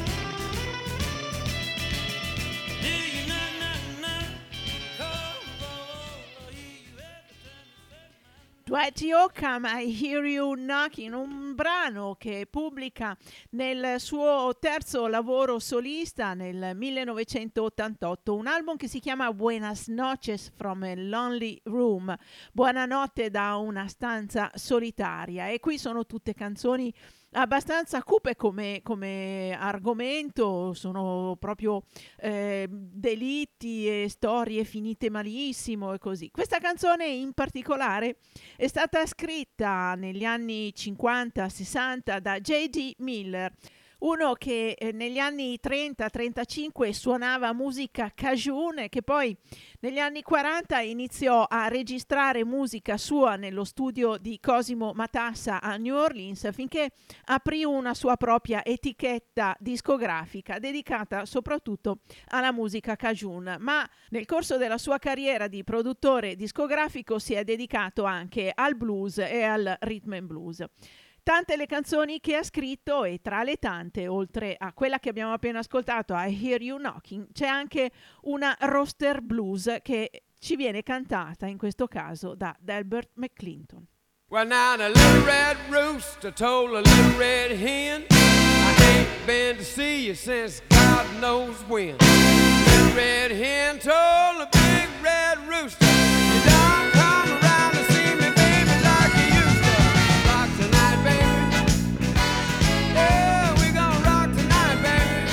[SPEAKER 3] Hear you knock, knock, knock, call, I hear you every time you say my name.
[SPEAKER 1] Dwight Yoakam, I Hear You Knocking, un brano che pubblica nel suo terzo lavoro solista nel 1988, un album che si chiama Buenas Noches from a Lonely Room, buonanotte da una stanza solitaria, e qui sono tutte canzoni abbastanza cupe come argomento, sono proprio delitti e storie finite malissimo e così. Questa canzone in particolare è stata scritta negli anni 50-60 da J.D. Miller, uno che negli anni 30-35 suonava musica cajun e che poi negli anni 40 iniziò a registrare musica sua nello studio di Cosimo Matassa a New Orleans, finché aprì una sua propria etichetta discografica dedicata soprattutto alla musica cajun, ma nel corso della sua carriera di produttore discografico si è dedicato anche al blues e al rhythm and blues. Tante le canzoni che ha scritto e tra le tante, oltre a quella che abbiamo appena ascoltato, I Hear You Knocking, c'è anche una roster blues che ci viene cantata in questo caso da Delbert McClinton.
[SPEAKER 7] Well, now the little red rooster told a little red hen, I ain't been to see you since God knows when. Little red hen told the big red rooster, you don't come around to see me, baby, like you used to. Rock tonight, baby. Yeah, we gonna rock tonight, baby.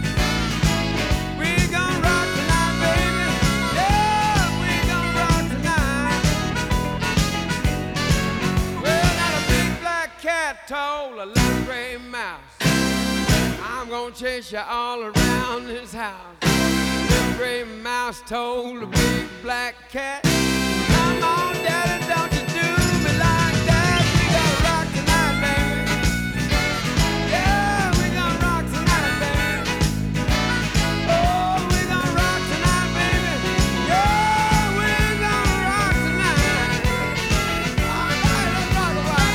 [SPEAKER 7] We gonna rock tonight, baby. Yeah, we gonna rock tonight. Well, now the big black cat told a little gray mouse, I'm gonna chase you all around this house. Little gray mouse told the big black cat, come on, daddy, don't you do me like that. We gonna rock tonight, baby. Yeah, we gonna rock tonight, baby. Oh, we gonna rock tonight, baby. Yeah, we gonna rock tonight. All right, let's rock a while.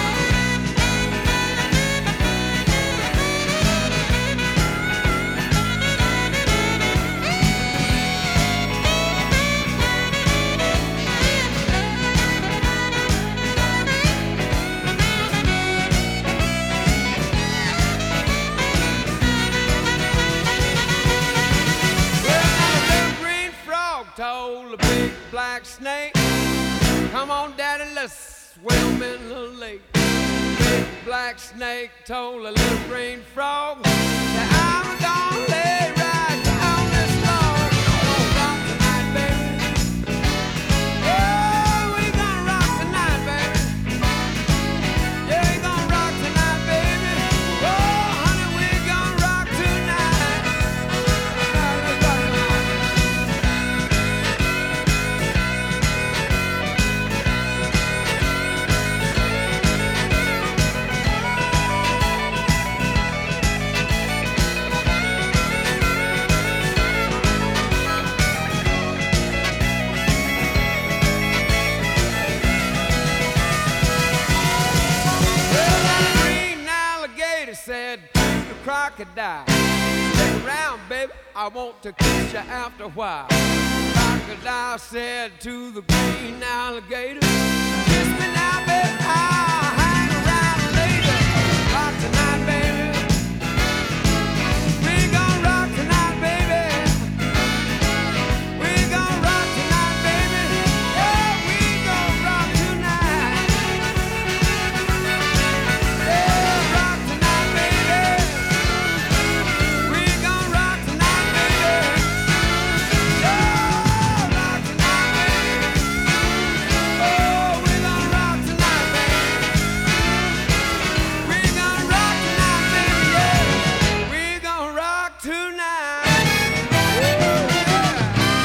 [SPEAKER 7] Told the big black snake, come on, daddy, let's swim in the lake. Big black snake told a little green frog that I'm gonna lay right down this log. Gonna rock tonight, baby. Yeah, we gonna rock tonight, baby. Yeah, we gonna rock tonight, baby. Oh, honey, we gonna rock tonight. Let's rock tonight. Said to the crocodile, stick around, baby, I want to kiss you after a while. Crocodile said to the green alligator, kiss me now, baby, I'll hang around later. Rock tonight, baby. We gon' rock tonight, baby. We gon' rock tonight, baby. Yeah, we gon' rock tonight. Yeah, rock tonight, baby. We gon' rock tonight, baby. Yeah, rock tonight, baby. Oh, we gon' rock tonight, baby. We gon' rock tonight, baby. Yeah, we gon' rock tonight. Oh, yeah.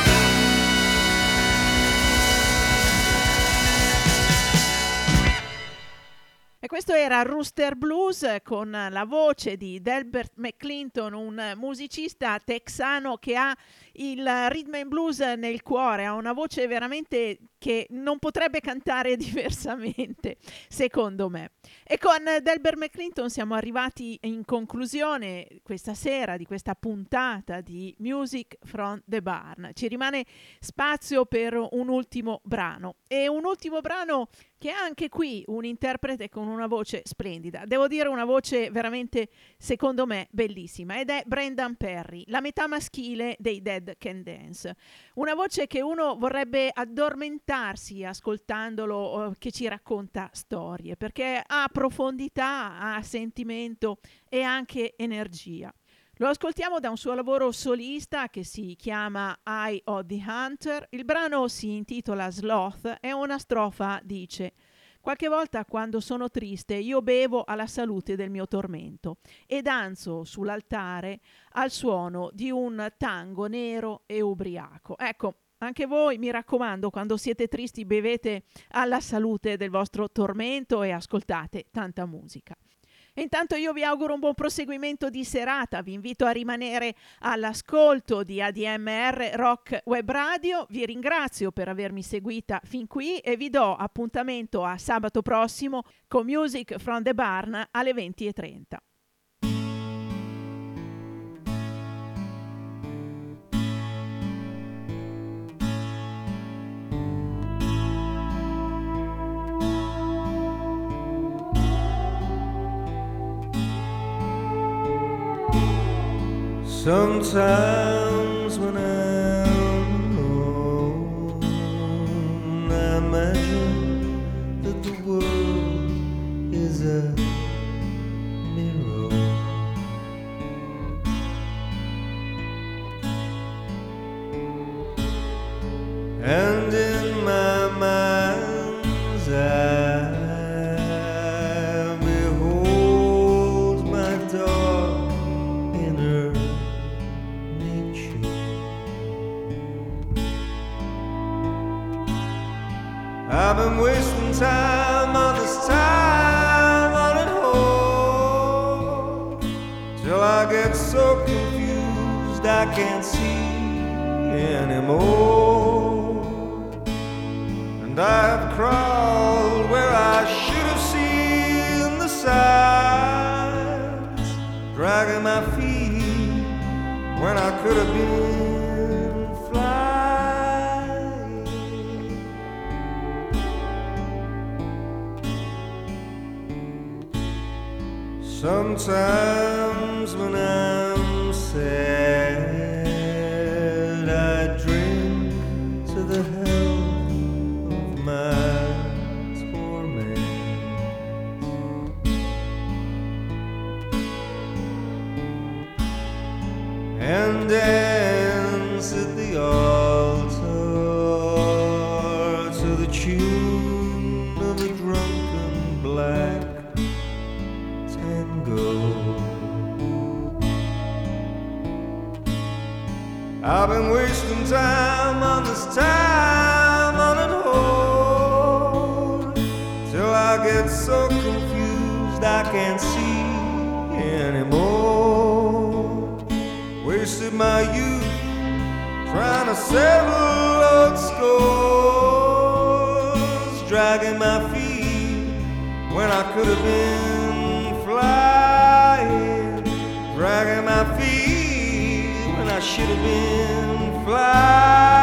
[SPEAKER 1] E questo era Rooster Blues con la voce di Delbert McClinton, un musicista texano che ha il rhythm and blues nel cuore, ha una voce veramente che non potrebbe cantare diversamente, secondo me. E con Delbert McClinton siamo arrivati in conclusione questa sera di questa puntata di Music from the Barn. Ci rimane spazio per un ultimo brano, e un ultimo brano che ha anche qui un interprete con una voce splendida, devo dire una voce veramente, secondo me, bellissima, ed è Brendan Perry, la metà maschile dei Dead Can Dance. Una voce che uno vorrebbe addormentarsi ascoltandolo, che ci racconta storie, perché ha profondità, ha sentimento e anche energia. Lo ascoltiamo da un suo lavoro solista che si chiama Eye of the Hunter. Il brano si intitola Sloth e una strofa dice: qualche volta quando sono triste io bevo alla salute del mio tormento e danzo sull'altare al suono di un tango nero e ubriaco. Ecco, anche voi, mi raccomando, quando siete tristi bevete alla salute del vostro tormento e ascoltate tanta musica. E intanto io vi auguro un buon proseguimento di serata, vi invito a rimanere all'ascolto di ADMR Rock Web Radio, vi ringrazio per avermi seguita fin qui e vi do appuntamento a sabato prossimo con Music from the Barn alle 20:30.
[SPEAKER 8] Sometimes when I'm alone, I imagine that the world is a mirror, and in my mind's eye behold my dark inner I've been wasting time on this time on it whole, till I get so confused I can't see anymore. And I've crawled where I should have seen the signs, dragging my feet when I could have been flying. Sometimes when I'm sad, I drink to the health of my torment, and dance at the altar to the tune of a drunken black I've been wasting time on this time on it whole, till I get so confused I can't see anymore. Wasted my youth trying to settle old scores, dragging my feet when I could have been flying, dragging my feet when I should have been flying.